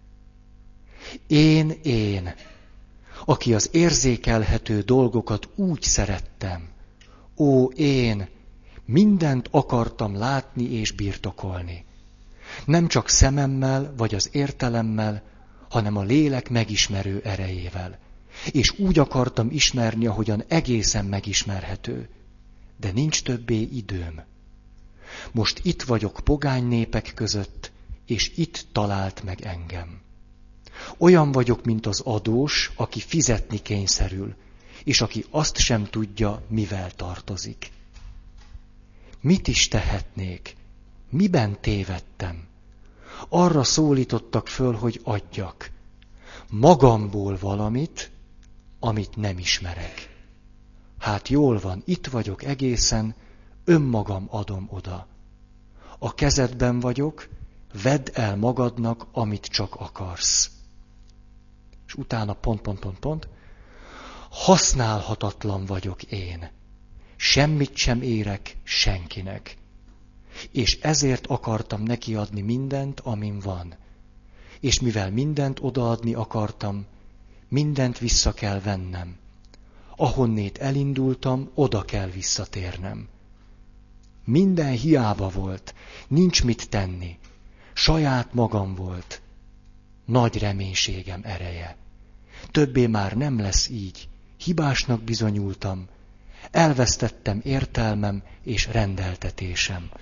Én, aki az érzékelhető dolgokat úgy szerettem, ó, én, mindent akartam látni és birtokolni. Nem csak szememmel vagy az értelemmel, hanem a lélek megismerő erejével. És úgy akartam ismerni, ahogyan egészen megismerhető. De nincs többé időm. Most itt vagyok pogány népek között, és itt talált meg engem. Olyan vagyok, mint az adós, aki fizetni kényszerül, és aki azt sem tudja, mivel tartozik. Mit is tehetnék? Miben tévedtem? Arra szólítottak föl, hogy adjak. Magamból valamit, amit nem ismerek. Hát jól van, itt vagyok egészen, önmagam adom oda. A kezedben vagyok, vedd el magadnak, amit csak akarsz. És utána pont. Használhatatlan vagyok én. Semmit sem érek senkinek. És ezért akartam neki adni mindent, amin van. És mivel mindent odaadni akartam, mindent vissza kell vennem. Ahonnét elindultam, oda kell visszatérnem. Minden hiába volt, nincs mit tenni. Saját magam volt. Nagy reménységem ereje. Többé már nem lesz így. Hibásnak bizonyultam. Elvesztettem értelmem és rendeltetésem.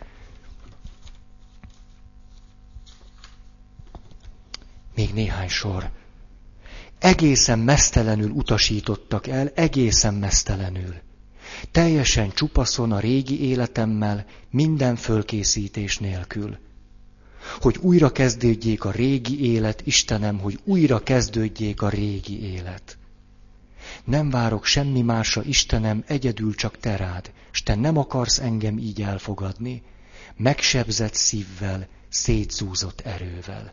Még néhány sor. Egészen meztelenül utasítottak el, egészen meztelenül. Teljesen csupaszon a régi életemmel, minden fölkészítés nélkül. Hogy újra kezdődjék a régi élet, Istenem, hogy újra kezdődjék a régi élet. Nem várok semmi másra, Istenem, egyedül csak te rád, s te nem akarsz engem így elfogadni, megsebzett szívvel, szétzúzott erővel.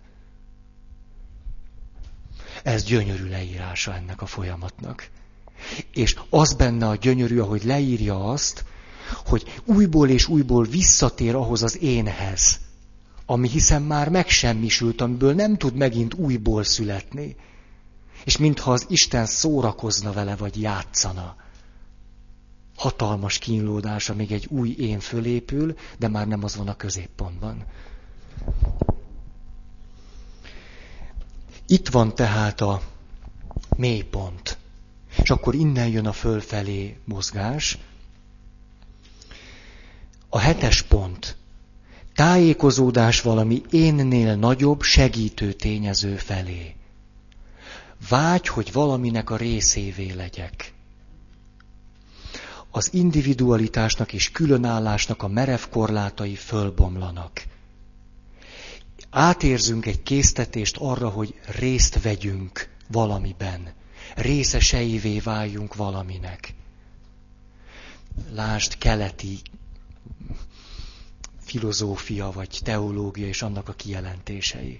Ez gyönyörű leírása ennek a folyamatnak. És az benne a gyönyörű, ahogy leírja azt, hogy újból és újból visszatér ahhoz az énhez, ami hiszen már megsemmisült, amiből nem tud megint újból születni. És mintha az Isten szórakozna vele, vagy játszana. Hatalmas kínlódása, még egy új én fölépül, de már nem az van a középpontban. Itt van tehát a mélypont. És akkor innen jön a fölfelé mozgás. A 7. pont. Tájékozódás valami énnél nagyobb, segítő tényező felé. Vágy, hogy valaminek a részévé legyek. Az individualitásnak és különállásnak a merev korlátai fölbomlanak. Átérzünk egy késztetést arra, hogy részt vegyünk valamiben. Részeseivé váljunk valaminek. Lásd, keleti filozófia vagy teológia és annak a kijelentései.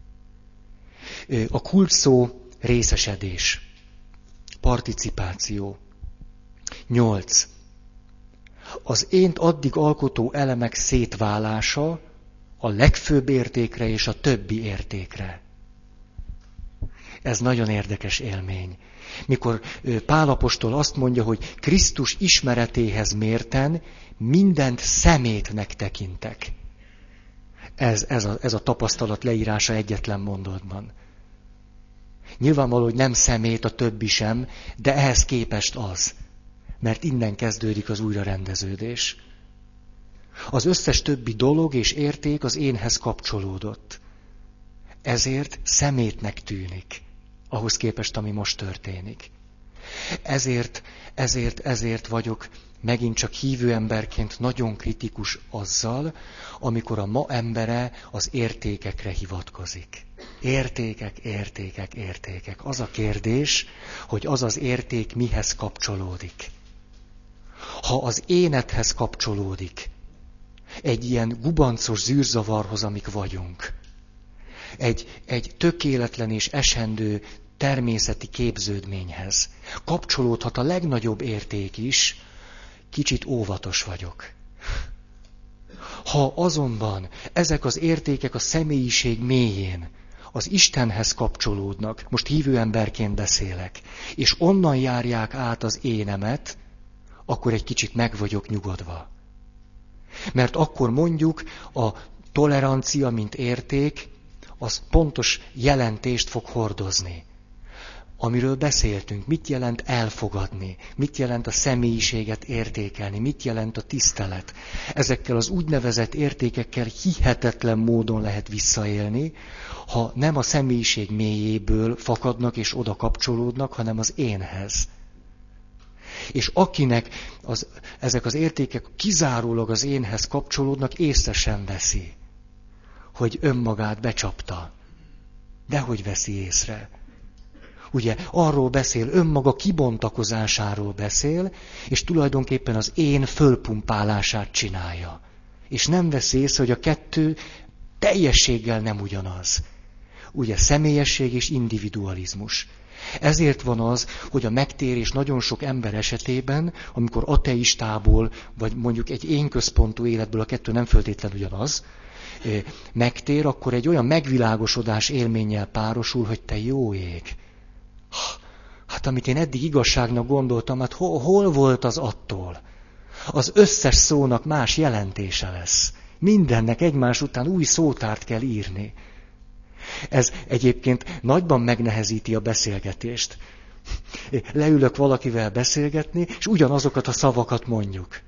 A kulcsszó részesedés, participáció. 8. Az ént addig alkotó elemek szétválása a legfőbb értékre és a többi értékre. Ez nagyon érdekes élmény. Mikor Pál apostol azt mondja, hogy Krisztus ismeretéhez mérten mindent szemétnek tekintek. Ez a tapasztalat leírása egyetlen mondatban. Nyilvánvaló, hogy nem szemét, a többi sem, de ehhez képest az. Mert innen kezdődik az újrarendeződés. Az összes többi dolog és érték az énhez kapcsolódott. Ezért szemétnek tűnik, ahhoz képest, ami most történik. Ezért vagyok megint csak hívő emberként nagyon kritikus azzal, amikor a ma embere az értékekre hivatkozik. Értékek. Az a kérdés, hogy az az érték mihez kapcsolódik. Ha az énethez kapcsolódik, egy ilyen gubancos zűrzavarhoz, amik vagyunk, egy tökéletlen és esendő természeti képződményhez kapcsolódhat a legnagyobb érték is, kicsit óvatos vagyok. Ha azonban ezek az értékek a személyiség mélyén az Istenhez kapcsolódnak, most hívő emberként beszélek, és onnan járják át az énemet, akkor egy kicsit meg vagyok nyugodva. Mert akkor mondjuk a tolerancia, mint érték, az pontos jelentést fog hordozni. Amiről beszéltünk, mit jelent elfogadni, mit jelent a személyiséget értékelni, mit jelent a tisztelet. Ezekkel az úgynevezett értékekkel hihetetlen módon lehet visszaélni, ha nem a személyiség mélyéből fakadnak és oda kapcsolódnak, hanem az énhez. És akinek ezek az értékek kizárólag az énhez kapcsolódnak, észre sem veszi, hogy önmagát becsapta. Dehogy veszi észre. Ugye arról beszél, önmaga kibontakozásáról beszél, és tulajdonképpen az én fölpumpálását csinálja. És nem veszi észre, hogy a kettő teljességgel nem ugyanaz. Ugye személyesség és individualizmus. Ezért van az, hogy a megtérés nagyon sok ember esetében, amikor ateistából, vagy mondjuk egy énközpontú életből, a kettő nem föltétlenül ugyanaz, megtér, akkor egy olyan megvilágosodás élménnyel párosul, hogy te jó ég. Hát amit én eddig igazságnak gondoltam, hát hol volt az attól? Az összes szónak más jelentése lesz. Mindennek egymás után új szótárt kell írni. Ez egyébként nagyban megnehezíti a beszélgetést. Leülök valakivel beszélgetni, és ugyanazokat a szavakat mondjuk.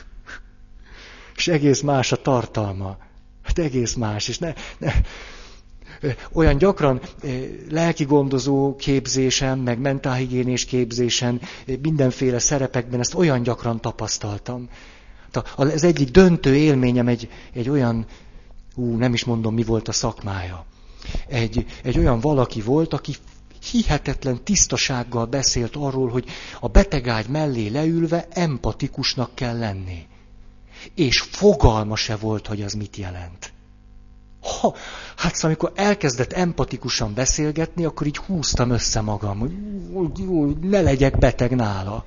És egész más a tartalma. Hát egész más. És olyan gyakran lelkigondozó képzésen, meg mentálhigiénés képzésen, mindenféle szerepekben ezt olyan gyakran tapasztaltam. Az egyik döntő élményem egy olyan, nem is mondom, mi volt a szakmája. Egy olyan valaki volt, aki hihetetlen tisztasággal beszélt arról, hogy a betegágy mellé leülve empatikusnak kell lenni. És fogalma se volt, hogy az mit jelent. Hát szóval, amikor elkezdett empatikusan beszélgetni, akkor így húztam össze magam, hogy ne legyek beteg nála.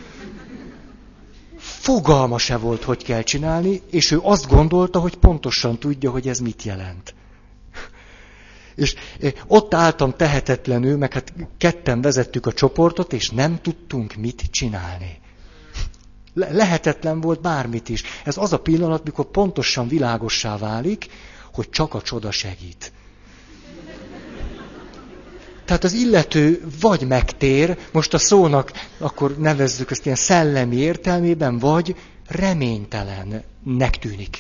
Fogalma se volt, hogy kell csinálni, és ő azt gondolta, hogy pontosan tudja, hogy ez mit jelent. És ott álltam tehetetlenül, meg hát ketten vezettük a csoportot, és nem tudtunk mit csinálni. Lehetetlen volt bármit is. Ez az a pillanat, mikor pontosan világossá válik, hogy csak a csoda segít. Tehát az illető vagy megtér, most a szónak, akkor nevezzük ezt ilyen szellemi értelmében, vagy reménytelennek tűnik.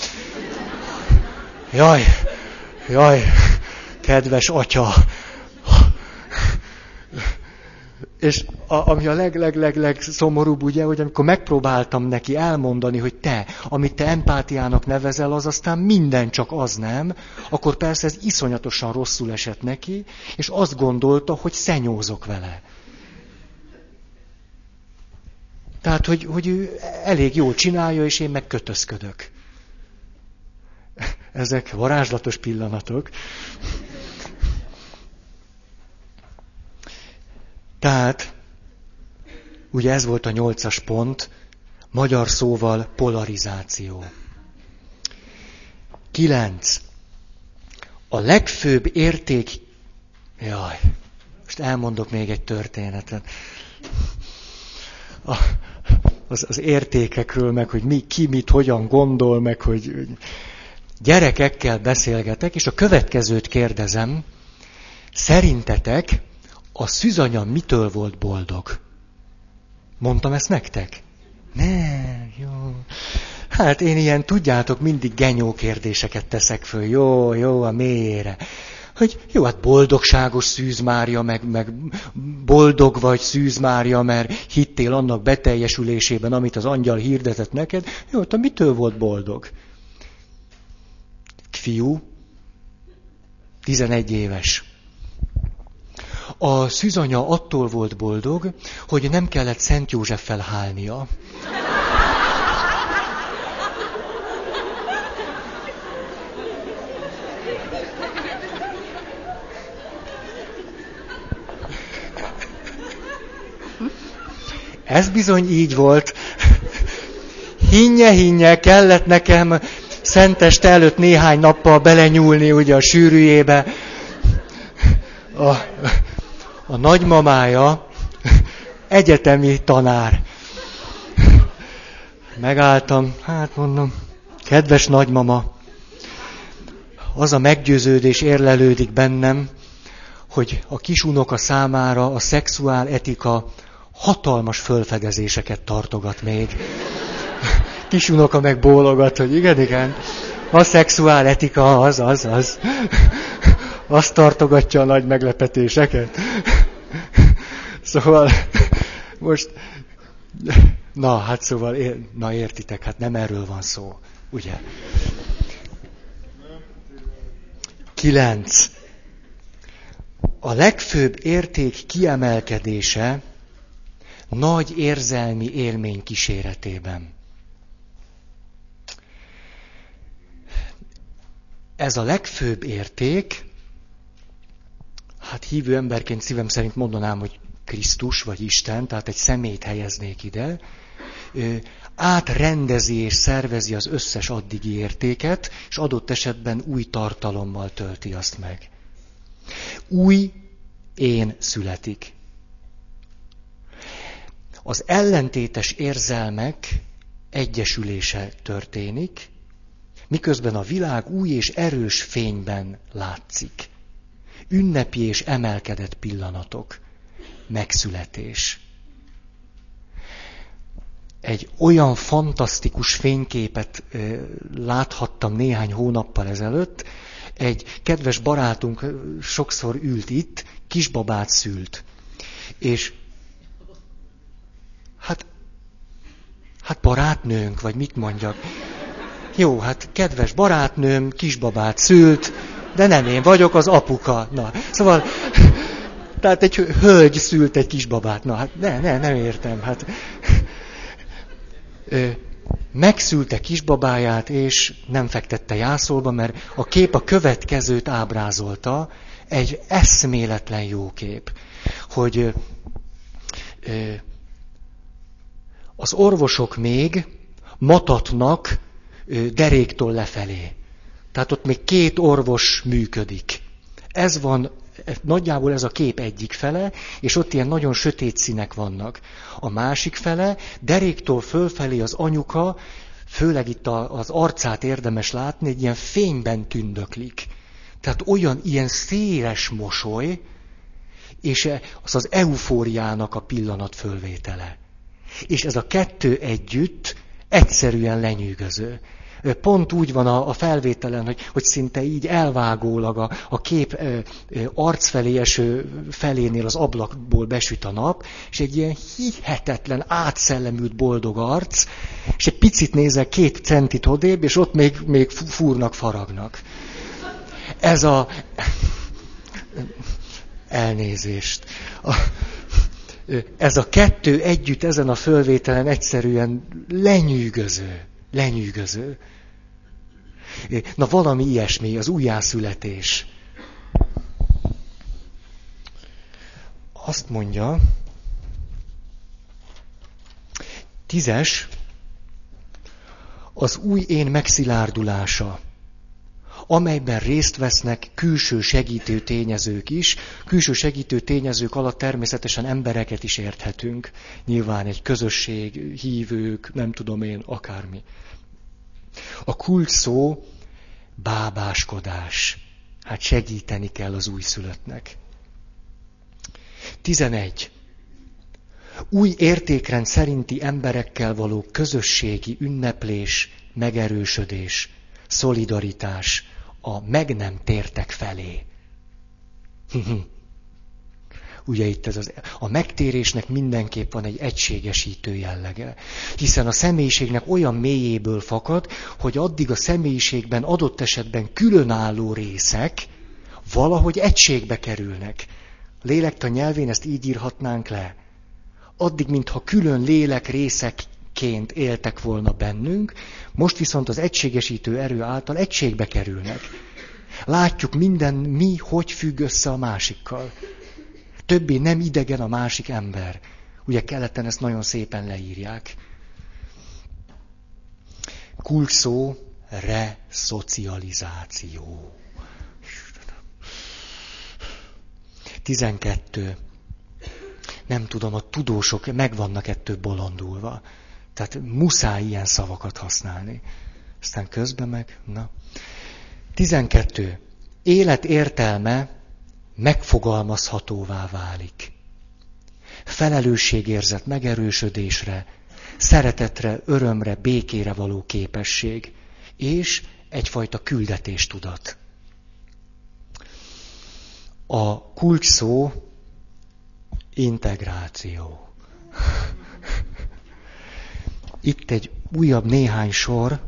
Jaj, kedves atya! És ami a legszomorúbb, ugye, hogy amikor megpróbáltam neki elmondani, hogy te, amit te empátiának nevezel, az aztán minden csak az nem, akkor persze ez iszonyatosan rosszul esett neki, és azt gondolta, hogy szenyózok vele. Tehát, hogy ő elég jól csinálja, és én meg kötözködök. Ezek varázslatos pillanatok. Tehát, ugye ez volt a 8. pont, magyar szóval polarizáció. 9. A legfőbb érték... most elmondok még egy történetet. Az értékekről, meg hogy ki mit, hogyan gondol, meg hogy gyerekekkel beszélgetek, és a következőt kérdezem, Szerintetek a szűzanya mitől volt boldog? Mondtam ezt nektek? Nem, jó. Hát én ilyen, tudjátok, mindig genyó kérdéseket teszek föl. Jó, a mélyére. Hogy jó, hát boldogságos Szűz Mária, meg boldog vagy Szűz Mária, mert hittél annak beteljesülésében, amit az angyal hirdetett neked. Jó, hát mitől volt boldog? Fiú, 11 éves. A szűzanya attól volt boldog, hogy nem kellett Szent Józseffel hálnia. Ez bizony így volt. Hinnye, kellett nekem szenteste előtt néhány nappal belenyúlni ugye a sűrűjébe. A nagymamája egyetemi tanár. Megálltam, hát mondom, kedves nagymama, az a meggyőződés érlelődik bennem, hogy a kisunoka számára a szexuál etika hatalmas fölfedezéseket tartogat még. Kisunoka meg bólogat, hogy igen, a szexuál etika az. Azt tartogatja a nagy meglepetéseket. Szóval, most, értitek, hát nem erről van szó, ugye? 9. A legfőbb érték kiemelkedése nagy érzelmi élmény kíséretében. Ez a legfőbb érték, hát hívő emberként szívem szerint mondanám, hogy Krisztus vagy Isten, tehát egy személyt helyeznék ide, átrendezi és szervezi az összes addigi értéket, és adott esetben új tartalommal tölti azt meg. Új én születik. Az ellentétes érzelmek egyesülése történik, miközben a világ új és erős fényben látszik. Ünnepi és emelkedett pillanatok. Megszületés. Egy olyan fantasztikus fényképet láthattam néhány hónappal ezelőtt. Egy kedves barátunk sokszor ült itt, kisbabát szült. És hát barátnőnk, vagy mit mondjak. Jó, hát kedves barátnőm, kisbabát szült, de nem én vagyok az apuka. Na, szóval, tehát egy hölgy szült egy kisbabát. Na, hát nem értem. Hát, megszülte kisbabáját, és nem fektette jászolba, mert a kép a következőt ábrázolta, egy eszméletlen jó kép, hogy az orvosok még matatnak deréktől lefelé. Tehát ott még 2 orvos működik. Ez van, nagyjából ez a kép egyik fele, és ott ilyen nagyon sötét színek vannak. A másik fele, deréktől fölfelé az anyuka, főleg itt az arcát érdemes látni, egy ilyen fényben tündöklik. Tehát olyan ilyen széles mosoly, és az eufóriának a pillanat fölvétele. És ez a 2 együtt egyszerűen lenyűgöző. Pont úgy van a felvételen, hogy szinte így elvágólag a kép arc felé eső felénél az ablakból besüt a nap, és egy ilyen hihetetlen, átszellemült boldog arc, és egy picit nézel 2 centit odébb, és ott még fúrnak, faragnak. Ez a... Elnézést. Ez a 2 együtt ezen a fölvételen egyszerűen lenyűgöző. Na valami ilyesmi, az újjászületés. Azt mondja, 10. Az új én megszilárdulása, amelyben részt vesznek külső segítő tényezők is. Külső segítő tényezők alatt természetesen embereket is érthetünk. Nyilván egy közösség, hívők, nem tudom én, akármi. A kulcs szó bábáskodás. Hát segíteni kell az újszülöttnek. 11. Új értékrend szerinti emberekkel való közösségi ünneplés, megerősödés, szolidaritás a meg nem tértek felé. Ugye itt a megtérésnek mindenképp van egy egységesítő jellege. Hiszen a személyiségnek olyan mélyéből fakad, hogy addig a személyiségben adott esetben különálló részek valahogy egységbe kerülnek. Lélektan nyelvén ezt így írhatnánk le. Addig, mintha külön lélek részekként éltek volna bennünk, most viszont az egységesítő erő által egységbe kerülnek. Látjuk minden mi, hogy függ össze a másikkal. Többé nem idegen a másik ember. Ugye keleten ezt nagyon szépen leírják. Kulcsszó, reszocializáció. 12. Nem tudom, a tudósok meg vannak ettől bolondulva. Tehát muszáj ilyen szavakat használni. Aztán közben meg, na. 12. Élet értelme megfogalmazhatóvá válik. Felelősségérzet megerősödésre, szeretetre, örömre, békére való képesség, és egyfajta küldetéstudat. A kulcsszó integráció. Itt egy újabb néhány sor.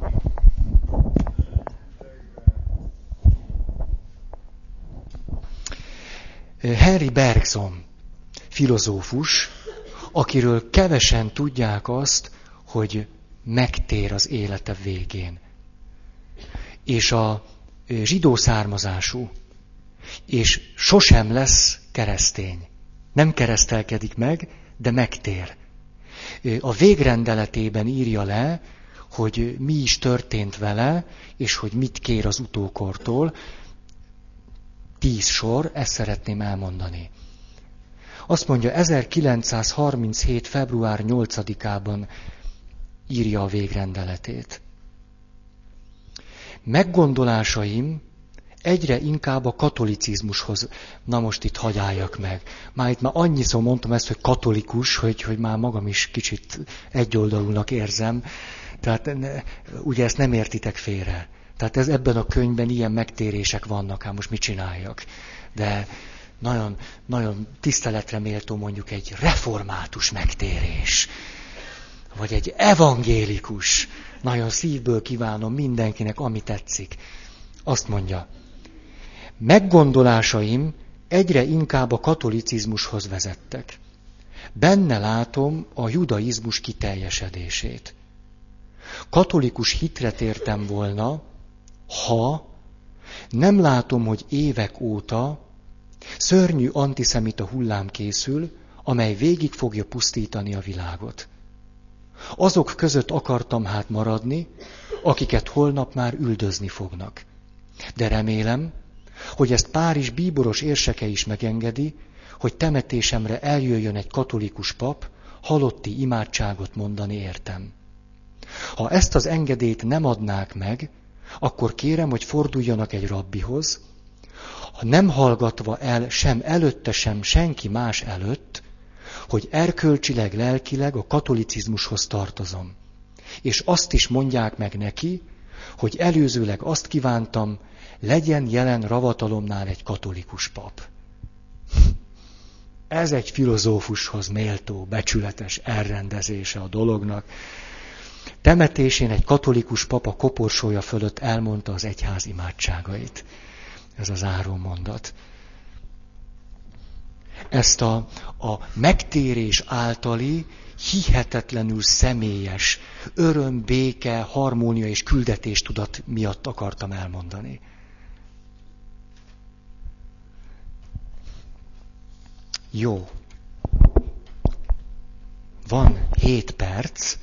Henry Bergson, filozófus, akiről kevesen tudják azt, hogy megtér az élete végén. És a zsidó származású, és sosem lesz keresztény. Nem keresztelkedik meg, de megtér. A végrendeletében írja le, hogy mi is történt vele, és hogy mit kér az utókortól. 10 sor, ezt szeretném elmondani. Azt mondja, 1937. február 8-ában írja a végrendeletét. Meggondolásaim egyre inkább a katolicizmushoz, na most itt hagyjáljak meg. Már annyiszor mondtam ezt, hogy katolikus, hogy már magam is kicsit egyoldalúnak érzem. Tehát ugye ezt nem értitek félre. Tehát ebben a könyvben ilyen megtérések vannak, hát most mit csináljak. De nagyon, nagyon tiszteletre méltó mondjuk egy református megtérés. Vagy egy evangélikus. Nagyon szívből kívánom mindenkinek, ami tetszik. Azt mondja, meggondolásaim egyre inkább a katolicizmushoz vezettek. Benne látom a judaizmus kiteljesedését. Katolikus hitre tértem volna, ha nem látom, hogy évek óta szörnyű antiszemita hullám készül, amely végig fogja pusztítani a világot. Azok között akartam hát maradni, akiket holnap már üldözni fognak. De remélem, hogy ezt Párizs bíboros érseke is megengedi, hogy temetésemre eljöjjön egy katolikus pap, halotti imádságot mondani értem. Ha ezt az engedélyt nem adnák meg, akkor kérem, hogy forduljanak egy rabbihoz, ha nem hallgatva el sem előtte, sem senki más előtt, hogy erkölcsileg, lelkileg a katolicizmushoz tartozom. És azt is mondják meg neki, hogy előzőleg azt kívántam, legyen jelen ravatalomnál egy katolikus pap. Ez egy filozófushoz méltó, becsületes elrendezése a dolognak. Temetésén egy katolikus pap a koporsója fölött elmondta az egyház imádságait. Ez az záró mondat. Ezt a megtérés általi, hihetetlenül személyes öröm, béke, harmónia és küldetéstudat miatt akartam elmondani. Jó. Van 7 perc.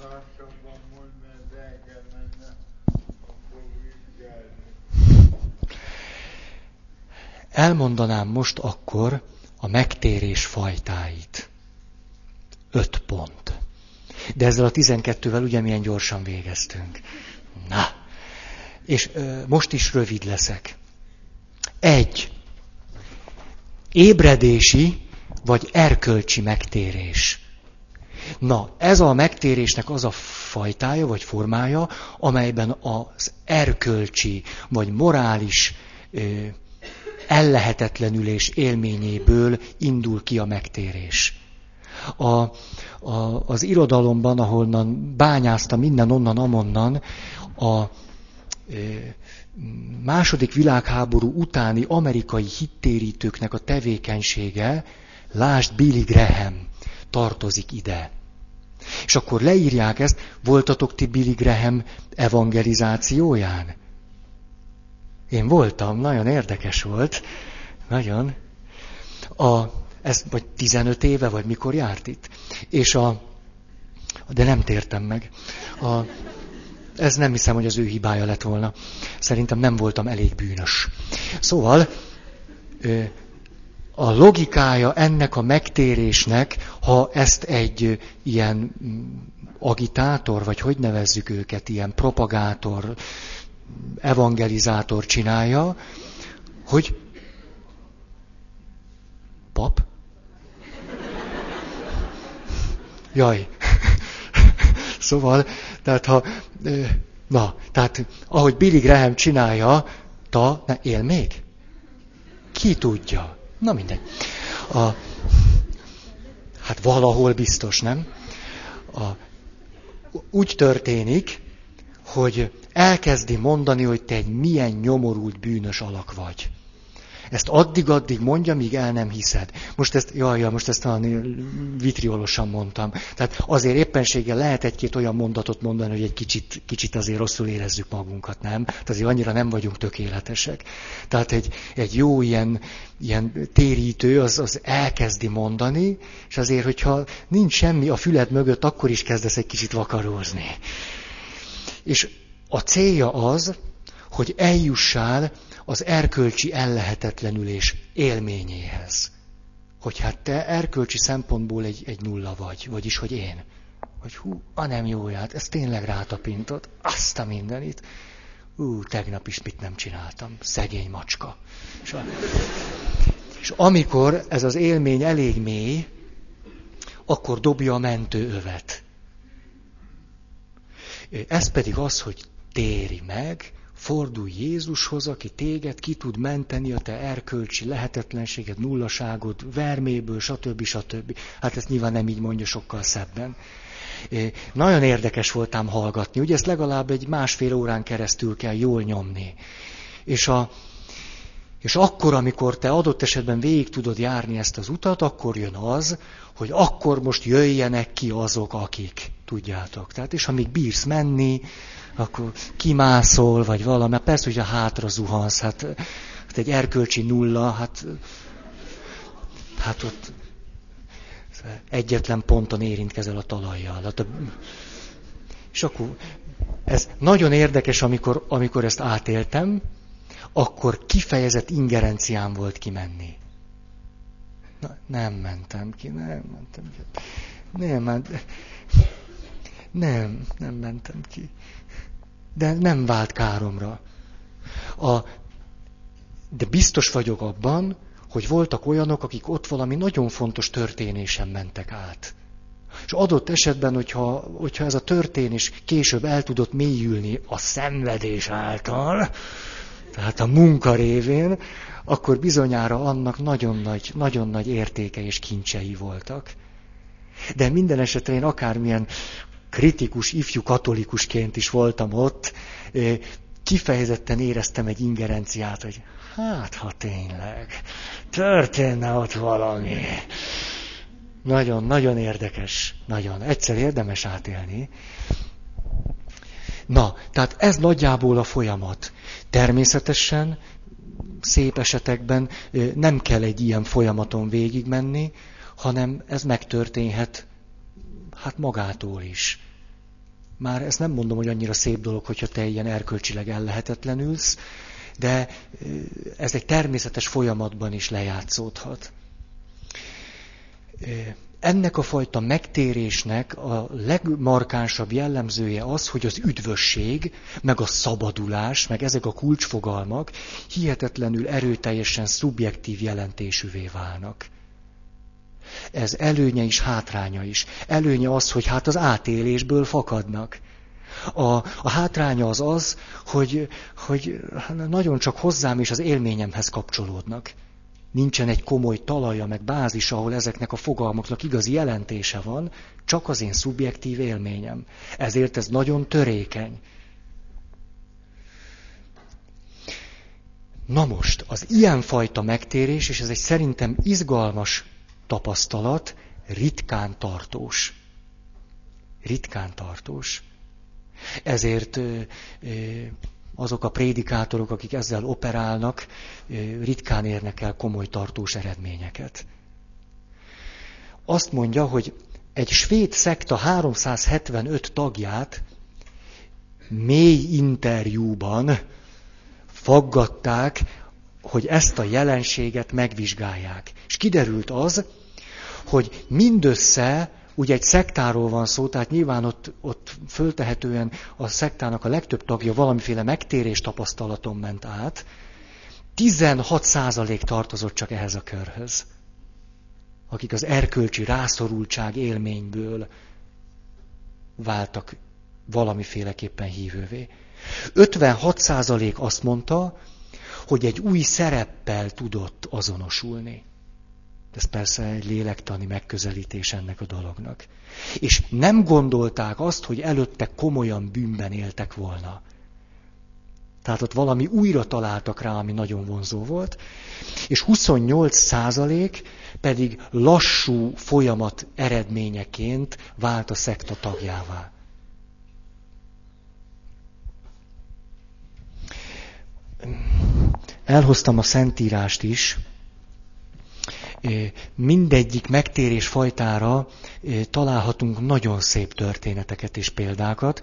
Elmondanám most akkor a megtérés fajtáit. 5 pont. De ezzel a 12-vel ugye milyen gyorsan végeztünk. Na, és most is rövid leszek. 1. Ébredési vagy erkölcsi megtérés. Na, ez a megtérésnek az a fajtája, vagy formája, amelyben az erkölcsi, vagy morális ellehetetlenülés élményéből indul ki a megtérés. Az irodalomban, ahonnan bányáztam innen, onnan, amonnan, a második világháború utáni amerikai hittérítőknek a tevékenysége, lásd Billy Graham, tartozik ide. És akkor leírják ezt, voltatok ti Billy Graham evangelizációján? Én voltam, nagyon érdekes volt, nagyon. Ez vagy 15 éve, vagy mikor járt itt. De nem tértem meg. Ez nem hiszem, hogy az ő hibája lett volna. Szerintem nem voltam elég bűnös. Szóval a logikája ennek a megtérésnek, ha ezt egy ilyen agitátor, vagy hogy nevezzük őket, ilyen propagátor, evangelizátor csinálja, hogy pap? Jaj. Szóval, tehát ahogy Billy Graham csinálja, él még? Ki tudja? Na mindegy. Hát valahol biztos, nem? Úgy történik, hogy elkezdi mondani, hogy te egy milyen nyomorult, bűnös alak vagy. Ezt addig mondja, míg el nem hiszed. Most ezt talán vitriolosan mondtam. Tehát azért éppenséggel lehet egy-két olyan mondatot mondani, hogy egy kicsit azért rosszul érezzük magunkat, nem? Tehát azért annyira nem vagyunk tökéletesek. Tehát egy jó ilyen térítő az elkezdi mondani, és azért, hogyha nincs semmi a füled mögött, akkor is kezdesz egy kicsit vakarózni. És a célja az, hogy eljussál az erkölcsi ellehetetlenülés élményéhez. Hogy hát te erkölcsi szempontból egy nulla vagy, vagyis hogy én. Hogy nem jóját, ez tényleg rátapintott, azt a mindenit. Tegnap is mit nem csináltam, szegény macska. És amikor ez az élmény elég mély, akkor dobja a mentőövet. Ez pedig az, hogy térj meg, fordulj Jézushoz, aki téged ki tud menteni a te erkölcsi lehetetlenséged, nullaságod, verméből, stb. Hát ezt nyilván nem így mondja, sokkal szebben. Nagyon érdekes voltám hallgatni, ugye ezt legalább egy 1,5 órán keresztül kell jól nyomni. És akkor, amikor te adott esetben végig tudod járni ezt az utat, akkor jön az, hogy akkor most jöjjenek ki azok, akik, tudjátok. Tehát, és amíg bírsz menni, akkor kimászol, vagy valami. Persze, hogy a hátra zuhansz, hát egy erkölcsi nulla, hát ott egyetlen ponton érintkezel a talajjal. És akkor ez nagyon érdekes, amikor ezt átéltem, akkor kifejezett ingerenciám volt kimenni. Nem mentem ki. Nem mentem ki. De nem vált káromra. De biztos vagyok abban, hogy voltak olyanok, akik ott valami nagyon fontos történésen mentek át. És adott esetben, hogyha ez a történés később el tudott mélyülni a szenvedés által, tehát a munka révén, akkor bizonyára annak nagyon nagy értéke és kincsei voltak. De minden esetre én akármilyen kritikus, ifjú katolikusként is voltam ott, kifejezetten éreztem egy ingerenciát, hogy hát, ha tényleg történne ott valami. Nagyon érdekes, nagyon. Egyszer érdemes átélni. Na, tehát ez nagyjából a folyamat. Természetesen, szép esetekben nem kell egy ilyen folyamaton végigmenni, hanem ez megtörténhet hát magától is. Már ezt nem mondom, hogy annyira szép dolog, hogyha te ilyen erkölcsileg ellehetetlenülsz, de ez egy természetes folyamatban is lejátszódhat. Ennek a fajta megtérésnek a legmarkánsabb jellemzője az, hogy az üdvösség, meg a szabadulás, meg ezek a kulcsfogalmak hihetetlenül erőteljesen szubjektív jelentésűvé válnak. Ez előnye is, hátránya is. Előnye az, hogy hát az átélésből fakadnak. A hátránya az, hogy nagyon csak hozzám és az élményemhez kapcsolódnak. Nincsen egy komoly talaja, meg bázis, ahol ezeknek a fogalmaknak igazi jelentése van, csak az én szubjektív élményem. Ezért ez nagyon törékeny. Na most, az ilyenfajta megtérés, és ez egy szerintem izgalmas tapasztalat, ritkán tartós. Ritkán tartós. Ezért azok a prédikátorok, akik ezzel operálnak, ritkán érnek el komoly tartós eredményeket. Azt mondja, hogy egy svéd szekta 375 tagját mély interjúban faggatták, hogy ezt a jelenséget megvizsgálják. És kiderült az, hogy mindössze, ugye egy szektáról van szó, tehát nyilván ott föltehetően a szektának a legtöbb tagja valamiféle megtérés tapasztalaton ment át, 16% tartozott csak ehhez a körhöz, akik az erkölcsi rászorultság élményből váltak valamiféleképpen hívővé. 56% azt mondta, hogy egy új szereppel tudott azonosulni. Ez persze egy lélektani megközelítés ennek a dolognak. És nem gondolták azt, hogy előtte komolyan bűnben éltek volna. Tehát ott valami újra találtak rá, ami nagyon vonzó volt, és 28% pedig lassú folyamat eredményeként vált a szekta tagjává. Elhoztam a Szentírást is. Mindegyik megtérés fajtára találhatunk nagyon szép történeteket és példákat.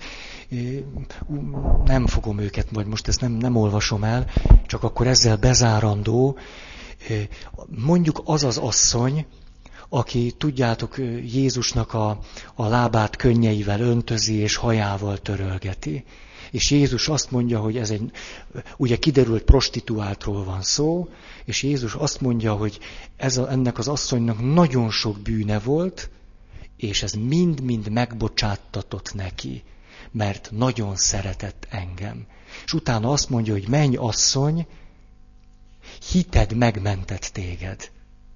Nem fogom őket, vagy most ezt nem olvasom el, csak akkor ezzel bezárandó. Mondjuk az az asszony, aki, tudjátok, Jézusnak a lábát könnyeivel öntözi és hajával törölgeti. És Jézus azt mondja, hogy ez ugye kiderült prostituáltról van szó, és Jézus azt mondja, hogy ennek az asszonynak nagyon sok bűne volt, és ez mind-mind megbocsáttatott neki, mert nagyon szeretett engem. És utána azt mondja, hogy menj, asszony, hited megmentett téged.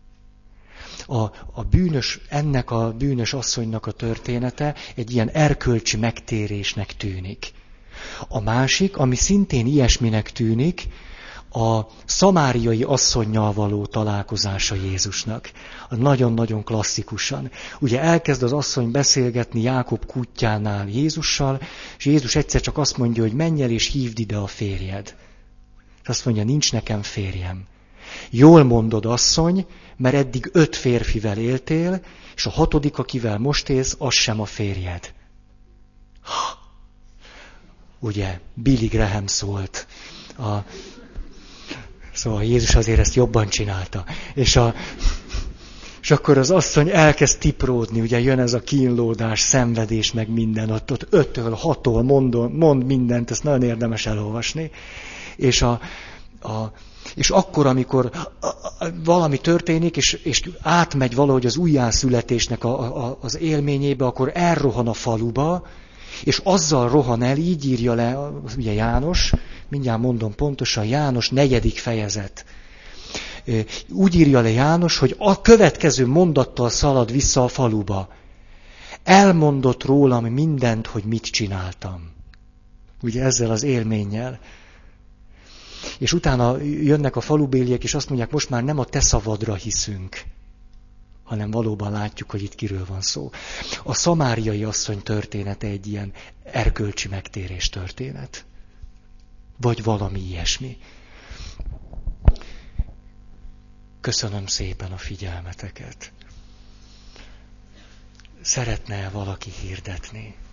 Ennek a bűnös asszonynak a története egy ilyen erkölcsi megtérésnek tűnik. A másik, ami szintén ilyesminek tűnik, a szamáriai asszonnyal való találkozása Jézusnak. Nagyon-nagyon klasszikusan. Ugye elkezd az asszony beszélgetni Jákob kutyánál Jézussal, és Jézus egyszer csak azt mondja, hogy menj el és hívd ide a férjed. És azt mondja, nincs nekem férjem. Jól mondod, asszony, mert eddig 5 férfivel éltél, és a 6., akivel most élsz, az sem a férjed. Ugye, Billy Graham szólt. Szóval Jézus azért ezt jobban csinálta. És akkor az asszony elkezd tipródni, ugye jön ez a kínlódás, szenvedés, meg minden, ott 5-től, 6-tól mond mindent, ezt nagyon érdemes elolvasni. És akkor, amikor valami történik, és átmegy valahogy az újjászületésnek az élményébe, akkor elrohan a faluba, és azzal rohan el, így írja le ugye János, mindjárt mondom pontosan, János 4. fejezet. Úgy írja le János, hogy a következő mondattal szalad vissza a faluba. Elmondott rólam mindent, hogy mit csináltam. Ugye ezzel az élménnyel. És utána jönnek a falubéliek, és azt mondják, most már nem a te szavadra hiszünk, hanem valóban látjuk, hogy itt kiről van szó. A szamáriai asszony története egy ilyen erkölcsi megtérés történet. Vagy valami ilyesmi. Köszönöm szépen a figyelmeteket. Szeretne valaki hirdetni?